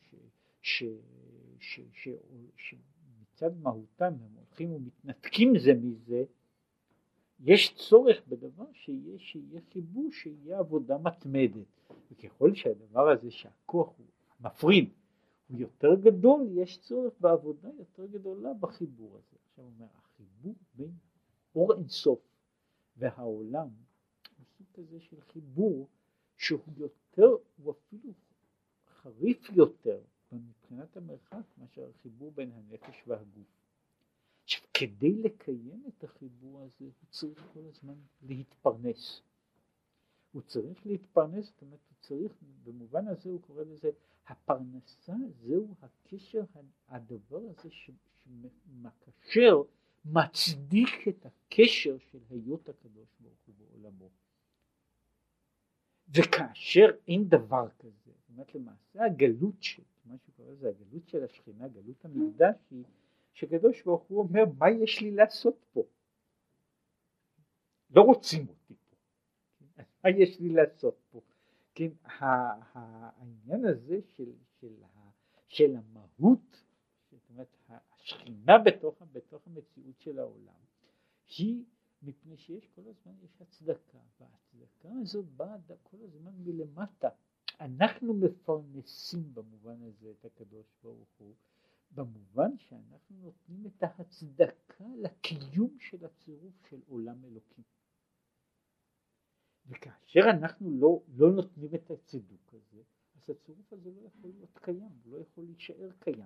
שמצד מהותם הם הולכים ומתנתקים זה מזה, יש צורך בדבר שיהיה חיבור, שיהיה עבודה מתמדת. וככל שהדבר הזה שהכוח הוא מפריד, הוא יותר גדול, יש צורך בעבודה יותר גדולה בחיבור הזה. עכשיו אומר, החיבור בין אור אינסוף והעולם הוא סוג כזה של חיבור שהוא יותר, הוא אפילו חריף יותר מבחינת המרחק מאשר החיבור בין הנפש והגוף. עכשיו, כדי לקיים את החיבור הזה הוא צריך כל הזמן להתפרנס. הוא צריך להתפרנס, זאת אומרת, הוא צריך, במובן הזה הוא קורא לזה, הפרנסה זהו הקשר, הדבר הזה שמקשר מצדיק את הקשר של היות הקדוש ברוך הוא בעולמו. וכאשר אין דבר כזה, זאת אומרת למעשה הגלות של, מה שקורא לזה הגלות של השכינה, גלות המקדש, היא שקדוש ברוך הוא אומר, מה יש לי לעשות פה? לא רוצים אותי פה, מה יש לי לעשות פה? כן, העניין הזה של המהות, זאת אומרת השכינה בתוך המציאות של העולם, היא מפני שיש כל הזמן יש הצדקה, וההצדקה הזאת באה כל הזמן מלמטה. אנחנו מפרנסים במובן הזה את הקדוש ברוך הוא, במובן שאנחנו נותנים את ההצדקה לקיום של הצירוף של עולם אלוקים. וכאשר אנחנו לא נותנים את הצידוק הזה, אז הצירוף הזה לא יכול להיות קיים, לא יכול להישאר קיים.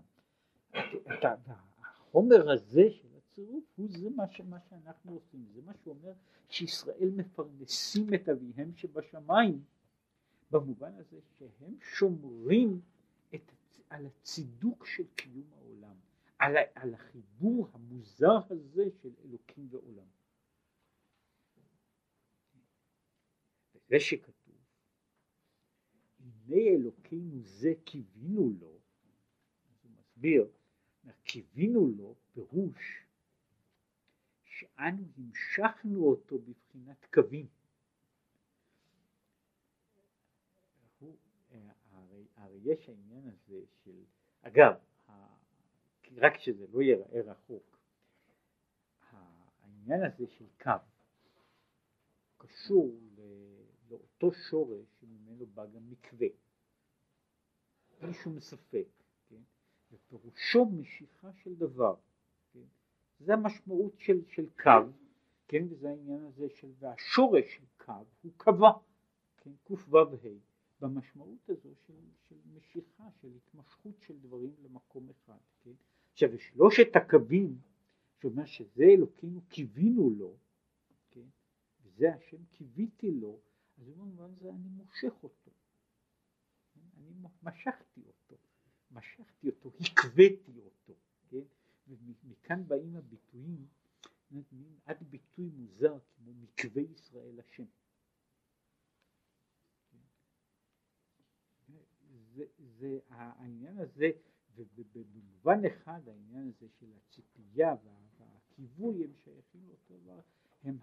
החומר הזה של הצירוף הוא זה מה שאנחנו עושים, זה מה שאומר שישראל מפרנסים את אביהם שבשמיים, במובן הזה שהם שומרים על הצידוק של קיום העולם, על החיבור המוזר הזה של אלוקים ועולם. זה שכתוב, הנה אלוקינו זה קיווינו לו, אז הוא מסביר, קיווינו לו פירוש שאנו המשכנו אותו בבחינת קווים. הרי יש העניין הזה של, אגב, רק שזה לא ייראה רחוק, העניין הזה של קו קשור לאותו שורש שממנו בא גם מקווה, אין שום ספק, כן? ופירושו משיכה של דבר, כן? זה המשמעות של קו, כן? וזה העניין הזה של, והשורש של קו הוא קווה, כן? קו"ו ה', במשמעות הזו של משיכה, של התמשכות של דברים למקום אחד, כן? עכשיו שלושת הקווים, שאומר שזה אלוקינו קיווינו לו, כן? וזה השם קיוויתי לו, אז במובן זה אני מושך אותו, אני משכתי אותו, הקוויתי אותו, כן? ומכאן באים הביטויים, עד ביטוי מוזר כמו מקווה ישראל השם. זה העניין הזה, ובמובן אחד העניין הזה של הציפייה והכיווי הם שייכים לאותו דבר, הם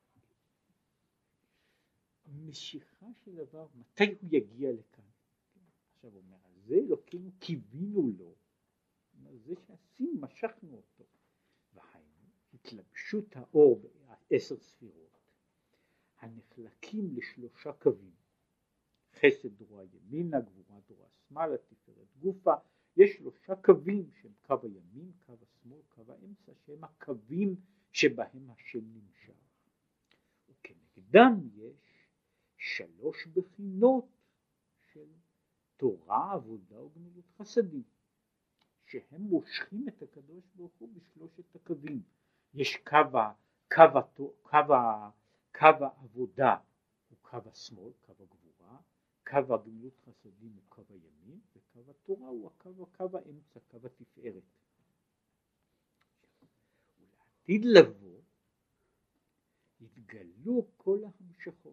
המשיכה של דבר, מתי הוא יגיע לכאן. עכשיו הוא אומר, זה אלוקינו קיווינו לו, זה שעשינו משכנו אותו, והיינו התלבשות האור ב10 ספירות הנחלקים לשלושה קווים, חסד דרוע ימינה, גבורה דרוע שמאלה, תפארת גופה. יש שלושה קווים שהם קו הימין, קו השמאל, קו האמצע, שהם הקווים שבהם השם נמשך, וכנגדם יש 3 בחינות של תורה, עבודה וגמילות חסדים, שהם מושכים את הקדוש ברוך הוא בשלושת הקווים. יש קו העבודה הוא קו השמאל, קו הגבורה, קו הגמילות חסדים הוא קו הימין, וקו התורה הוא קו האמצע, קו התפארת. ולעתיד לבוא יתגלו כל ההמשכות,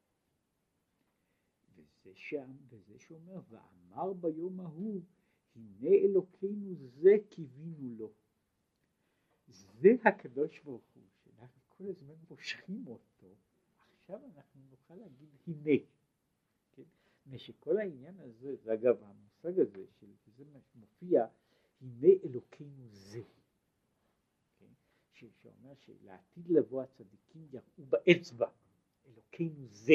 וזה שאומר ואמר ביום ההוא הנה אלוקינו זה קיווינו לו. זה הקדוש ברוך הוא שאנחנו כל הזמן מושכים אותו, עכשיו אנחנו נוכל להגיד הנה, כן? שכל העניין הזה, זה אגב המושג הזה שזה מופיע הנה אלוקינו זה, כן? שאומר שלעתיד לבוא הצדיקים יראו באצבע אלוקינו זה.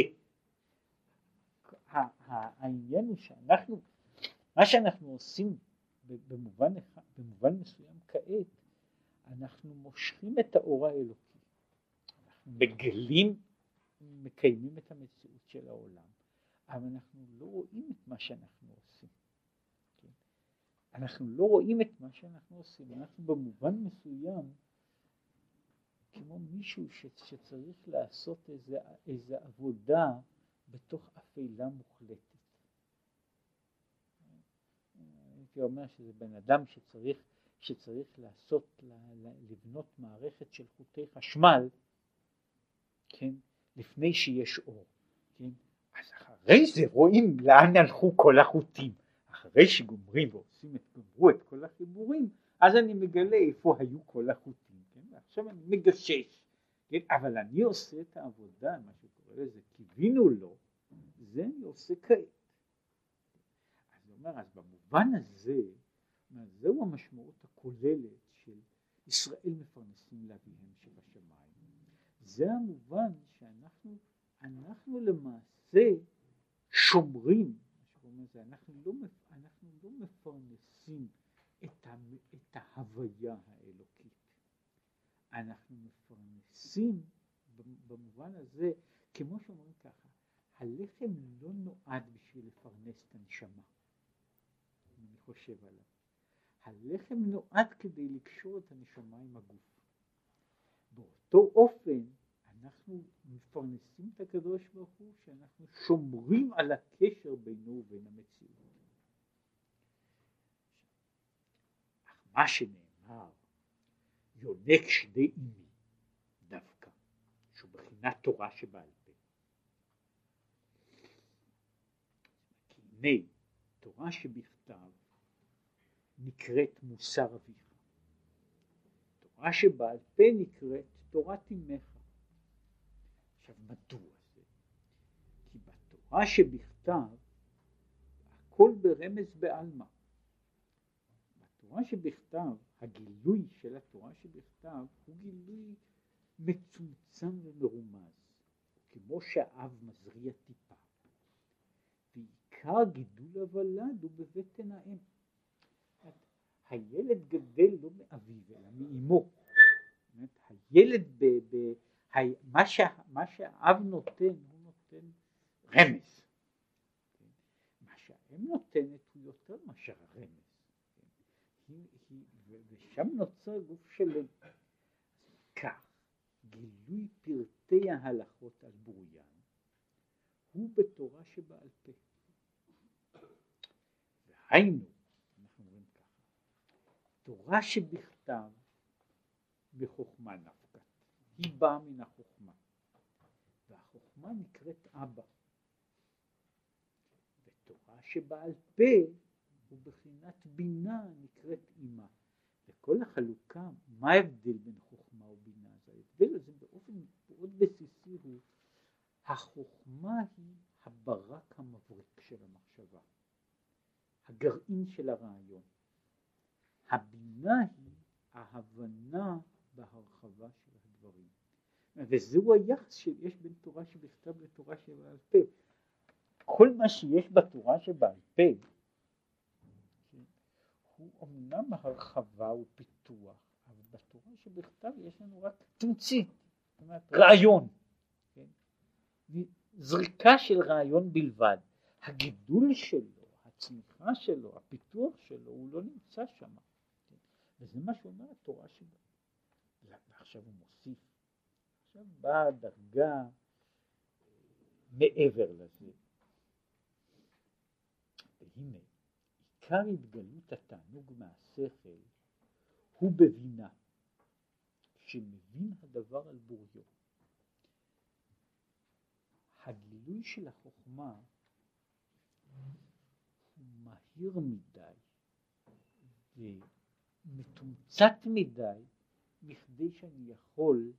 העניין הוא שאנחנו, מה שאנחנו עושים במובן מסוים כעת, אנחנו מושכים את האור האלוקי, אנחנו מגלים, מקיימים את המציאות של העולם, אבל אנחנו לא רואים את מה שאנחנו עושים, כן? אנחנו לא רואים את מה שאנחנו עושים, אנחנו במובן מסוים כמו מישהו שצריך לעשות איזה עבודה בתוך אפלה מוחלטת. הייתי אומר שזה בן אדם שצריך כשצריך לבנות מערכת של חוטי חשמל, כן, לפני שיש אור, כן, אז אחרי זה רואים לאן הלכו כל החוטים, אחרי שגומרים ועושים גמרו את כל החיבורים, אז אני מגלה איפה היו כל החוטים, כן, ועכשיו אני מגשש, כן, אבל אני עושה את העבודה, מה שקורא לזה, קיווינו לו, זה אני עושה כעת. אז הוא אומר, אז במובן הזה, זהו המשמעות הכוללת של ישראל מפרנסים לאביהם שבשמיים. זה המובן שאנחנו למעשה שומרים, אנחנו לא מפרנסים את ההוויה האלוקית. אנחנו מפרנסים במובן הזה, כמו שאומרים ככה, הלחם לא נועד בשביל לפרנס את הנשמה. אני חושב עליו. הלחם נועד כדי לקשור את הנשמה עם הגוף. באותו אופן אנחנו מפרנסים את הקדוש ברוך הוא, שאנחנו שומרים על הקשר בינו ובין המציאות. אך מה שנאמר, יונק שדי אימי דווקא, שהוא בחינת תורה שבעל פה. כי הנה תורה שבכתב נקראת מוסר אביך, תורה שבעל פה נקראת תורת אמך. עכשיו מדוע זה? כי בתורה שבכתב הכל ברמז בעלמא. בתורה שבכתב, הגילוי של התורה שבכתב הוא גילוי מצומצם ומרומז, כמו שהאב מזריע טיפה, ועיקר גידול הוולד הוא בבטן האם. הילד גדל לא מאביו אלא מאמו. הילד מה שהאב נותן הוא נותן רמז, מה שהאם נותנת הוא יותר מאשר הרמז, ושם נוצר גוף שלם. כך גילוי פרטי ההלכות על בוריין הוא בתורה שבעל פה. והיינו, אנחנו אומרים ככה, תורה שבכתב בחוכמה נפקת, היא באה מן החוכמה, והחוכמה נקראת אבא, ותורה שבעל פה הוא בחינת בינה נקראת אמא. וכל החלוקה, מה ההבדל בין חוכמה ובינה? ההבדל הזה באופן מאוד בסיסי הוא, החוכמה היא הברק המבריק של המחשבה, הגרעין של הרעיון. הבינה היא ההבנה בהרחבה של הדברים. וזהו היחס שיש בין תורה שבכתב לתורה שבעל פה. כל מה שיש בתורה שבעל פה הוא אמנם הרחבה ופיתוח, אבל בתורה שבכתב יש לנו רק תמצית, זאת אומרת רעיון, כן? זריקה של רעיון בלבד. הגידול שלו, הצמיחה שלו, הפיתוח שלו, הוא לא נמצא שם. כן? וזה מה שאומר התורה שבכתב. ועכשיו הוא מוסיף, עכשיו באה דרגה מעבר לזה. והנה, עיקר התגלות התענוג מהשכל הוא בבינה, שמבין הדבר על בוריו. הגילוי של החוכמה הוא מהיר מדי ומתומצת מדי, מכדי שאני יכול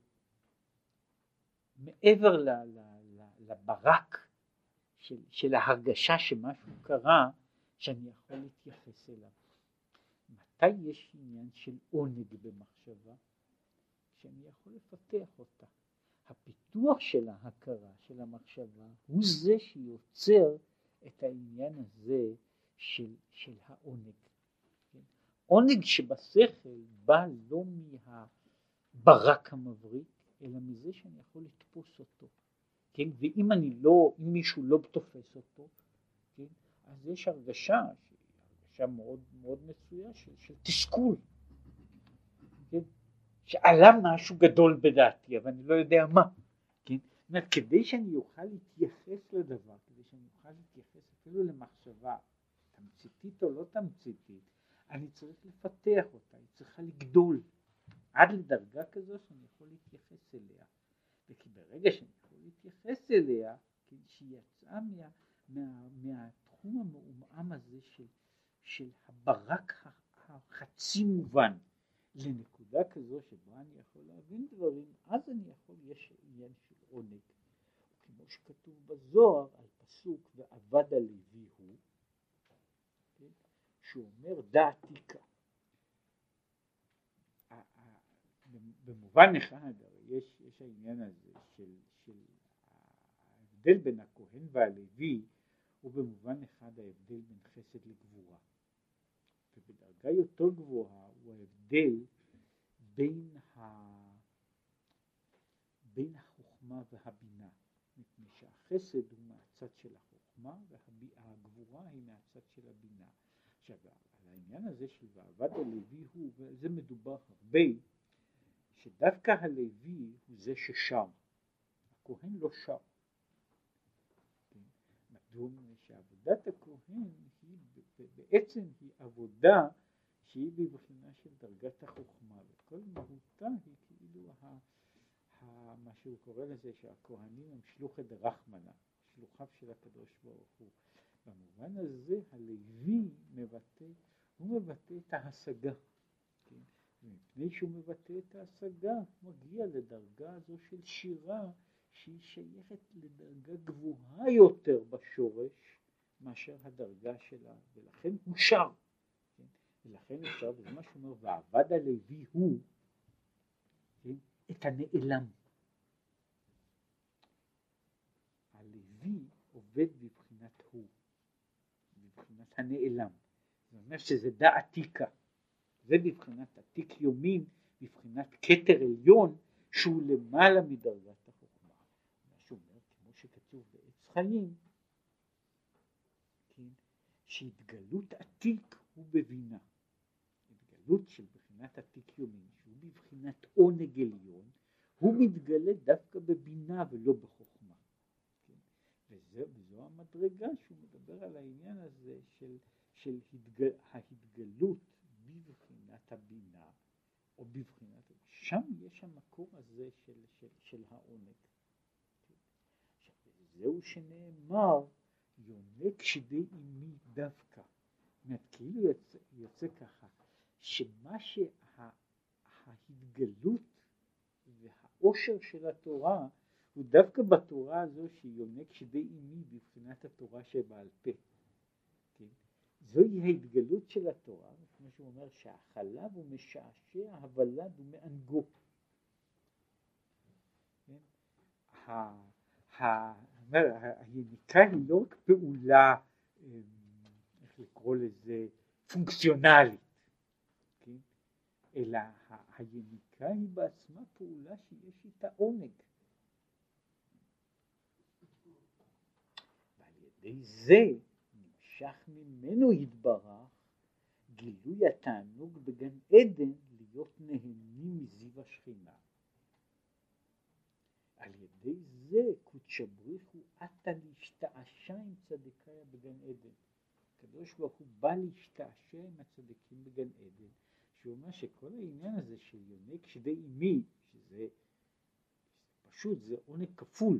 מעבר לברק של ההרגשה שמשהו קרה, שאני יכול להתייחס אליו. מתי יש עניין של עונג במחשבה? שאני יכול לפתח אותה. הפיתוח של ההכרה, של המחשבה, הוא זה שיוצר את העניין הזה של העונג. כן? עונג שבשכל בא לא מהברק המבריק, אלא מזה שאני יכול לתפוס אותו. כן? ואם אם מישהו לא תופס אותו, כן? אז יש הרגשה מאוד מאוד מצויה של תסכול, כן? שעלה משהו גדול בדעתי, אבל אני לא יודע מה, כן? זאת אומרת, כדי שאני אוכל להתייחס לדבר, כדי שאני אוכל להתייחס אפילו למחשבה, תמציתית או לא תמציתית, אני צריך לפתח אותה, היא צריכה לגדול עד לדרגה כזו שאני יכול להתייחס אליה, וכי ברגע שאני יכול להתייחס אליה, שהיא יצאה מהתחום המעומעם הזה של הברק החצי מובן לנקודה כזו שבה אני יכול להבין דברים, אז אני יכול, יש עניין של עונג, כמו שכתוב בזוהר על פסוק ועבד הלוי הוא, כן? שהוא אומר דעתיקה. במובן אחד יש העניין הזה של ההבדל בין הכהן והלוי הוא במובן אחד ההבדל בין חסד לגבורה, ובדרגה יותר גבוהה הוא ההבדל בין החוכמה והבינה, מפני שהחסד הוא מהצד של החוכמה והגבורה היא מהצד של הבינה. עכשיו על העניין הזה של ועבד הלוי הוא, וזה מדובר הרבה, שדווקא הלוי הוא זה ששר, הכהן לא שר. מדוע? שעבודת הכהן היא בעצם היא עבודה שהיא בבחינה של דרגת החוכמה, וכל מהותה היא כאילו מה שהוא קורא לזה שהכהנים הם שלוחי דרחמנה, שלוחיו של הקדוש ברוך הוא. במובן הזה הלוי מבטא את ההשגה, כן? ומפני שהוא מבטא את ההשגה מגיע לדרגה הזו של שירה שהיא שייכת לדרגה גבוהה יותר בשורש מאשר הדרגה שלה, ולכן הוא שר, כן? ולכן אפשר, וזה מה שאומר ועבד הלוי הוא, כן? את הנעלם. הלוי עובד בבחינת הוא, בבחינת הנעלם. זאת אומרת שזה דעתיקה, זה בבחינת עתיק יומין, בבחינת כתר עליון שהוא למעלה מדרגת החוכמה. מה שאומר, כמו שכתוב בעץ חיים, כן? שהתגלות עתיק הוא בבינה, התגלות של בחינת עתיק יומין שהוא בבחינת עונג עליון, הוא מתגלה דווקא בבינה ולא בחוכמה, כן? וזו המדרגה שהוא מדבר על העניין הזה של ההתגלות בבחינת הבינה, או בבחינת, שם יש המקום הזה של העונג. עכשיו, זהו שנאמר, יונק שדי אימי דווקא. זאת אומרת, כאילו יוצא ככה, שמה שההתגלות והאושר של התורה, הוא דווקא בתורה הזו שיונק שדי אימי בבחינת התורה שבעל פה. זוהי ההתגלות של התורה, כמו שהוא אומר שהחלב הוא משעשע, הוולד הוא מענגו. היניקה היא לא רק פעולה, איך לקרוא לזה, פונקציונלית, כן? אלא היניקה היא בעצמה פעולה שיש איתה עונג. ועל ידי זה נמשך ממנו יתברך גילוי התענוג בגן עדן להיות נהנים מזיו השכינה. על ידי זה קודשא בריך הוא עתה להשתעשע עם צדיקיה בגן עדן. הקדוש ברוך הוא בא להשתעשע עם הצדיקים בגן עדן, שהוא אומר שכל העניין הזה של יונק שדי אימי, שזה פשוט זה עונג כפול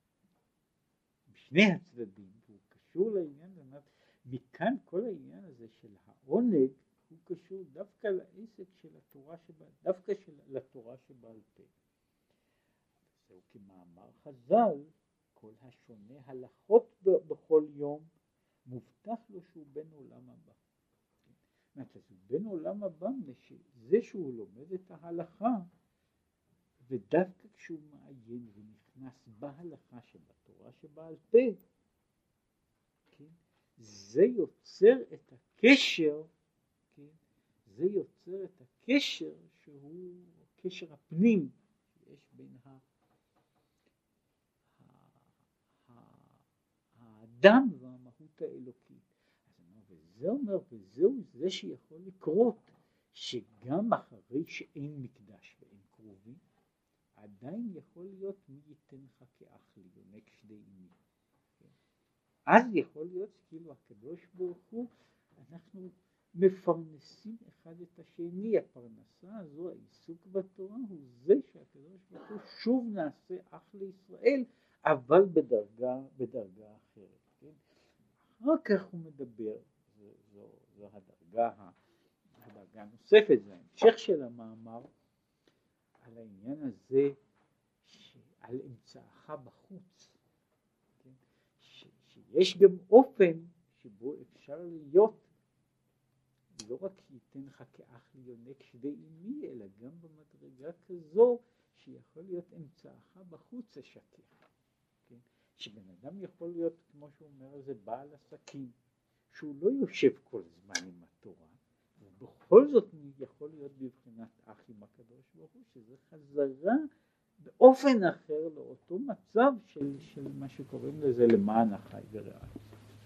בשני הצדדים, והוא קשור לעניין הזה. מכאן כל העניין הזה של העונג הוא קשור דווקא לעסק של התורה דווקא לתורה שבעל פה. זהו כמאמר חז"ל, כל השונה הלכות בכל יום מובטח לו שהוא בן עולם הבא. זאת אומרת, הוא בן עולם הבא זה שהוא לומד את ההלכה, ודווקא כשהוא מעיין ונכנס בהלכה שבתורה שבעל פה, כן? זה יוצר את הקשר, כן? זה יוצר את הקשר שהוא קשר הפנים שיש בין האדם והמהות האלוקית. וזהו זה שיכול לקרות, שגם אחרי שאין מקדש ואין קרובים, עדיין יכול להיות מי ייתן לך כאח לי, יונק שדי אימי. אז יכול להיות כאילו הקדוש ברוך הוא, אנחנו מפרנסים אחד את השני. הפרנסה הזו, העיסוק בתורה, הוא זה שהקדוש ברוך הוא שוב נעשה אח לישראל, אבל בדרגה אחרת. כן? אחר כך הוא מדבר, זו הדרגה הנוספת, זה ההמשך של המאמר, על העניין הזה, על אמצעך בחוץ. כן? שיש גם אופן שבו אפשר להיות, לא רק ייתן לך כאח ליונק שדה אימי, אלא גם במדרגה כזו שיכול להיות אמצעך בחוץ השכיח. כן? שבן אדם יכול להיות, כמו שהוא אומר, זה בעל עסקים, שהוא לא יושב כל זמן עם התורה, ובכל זאת יכול להיות בבחינת אח עם הקדוש ברוך הוא, שזה חזרה באופן אחר לאותו מצב של מה שקוראים לזה למען החי ורעי.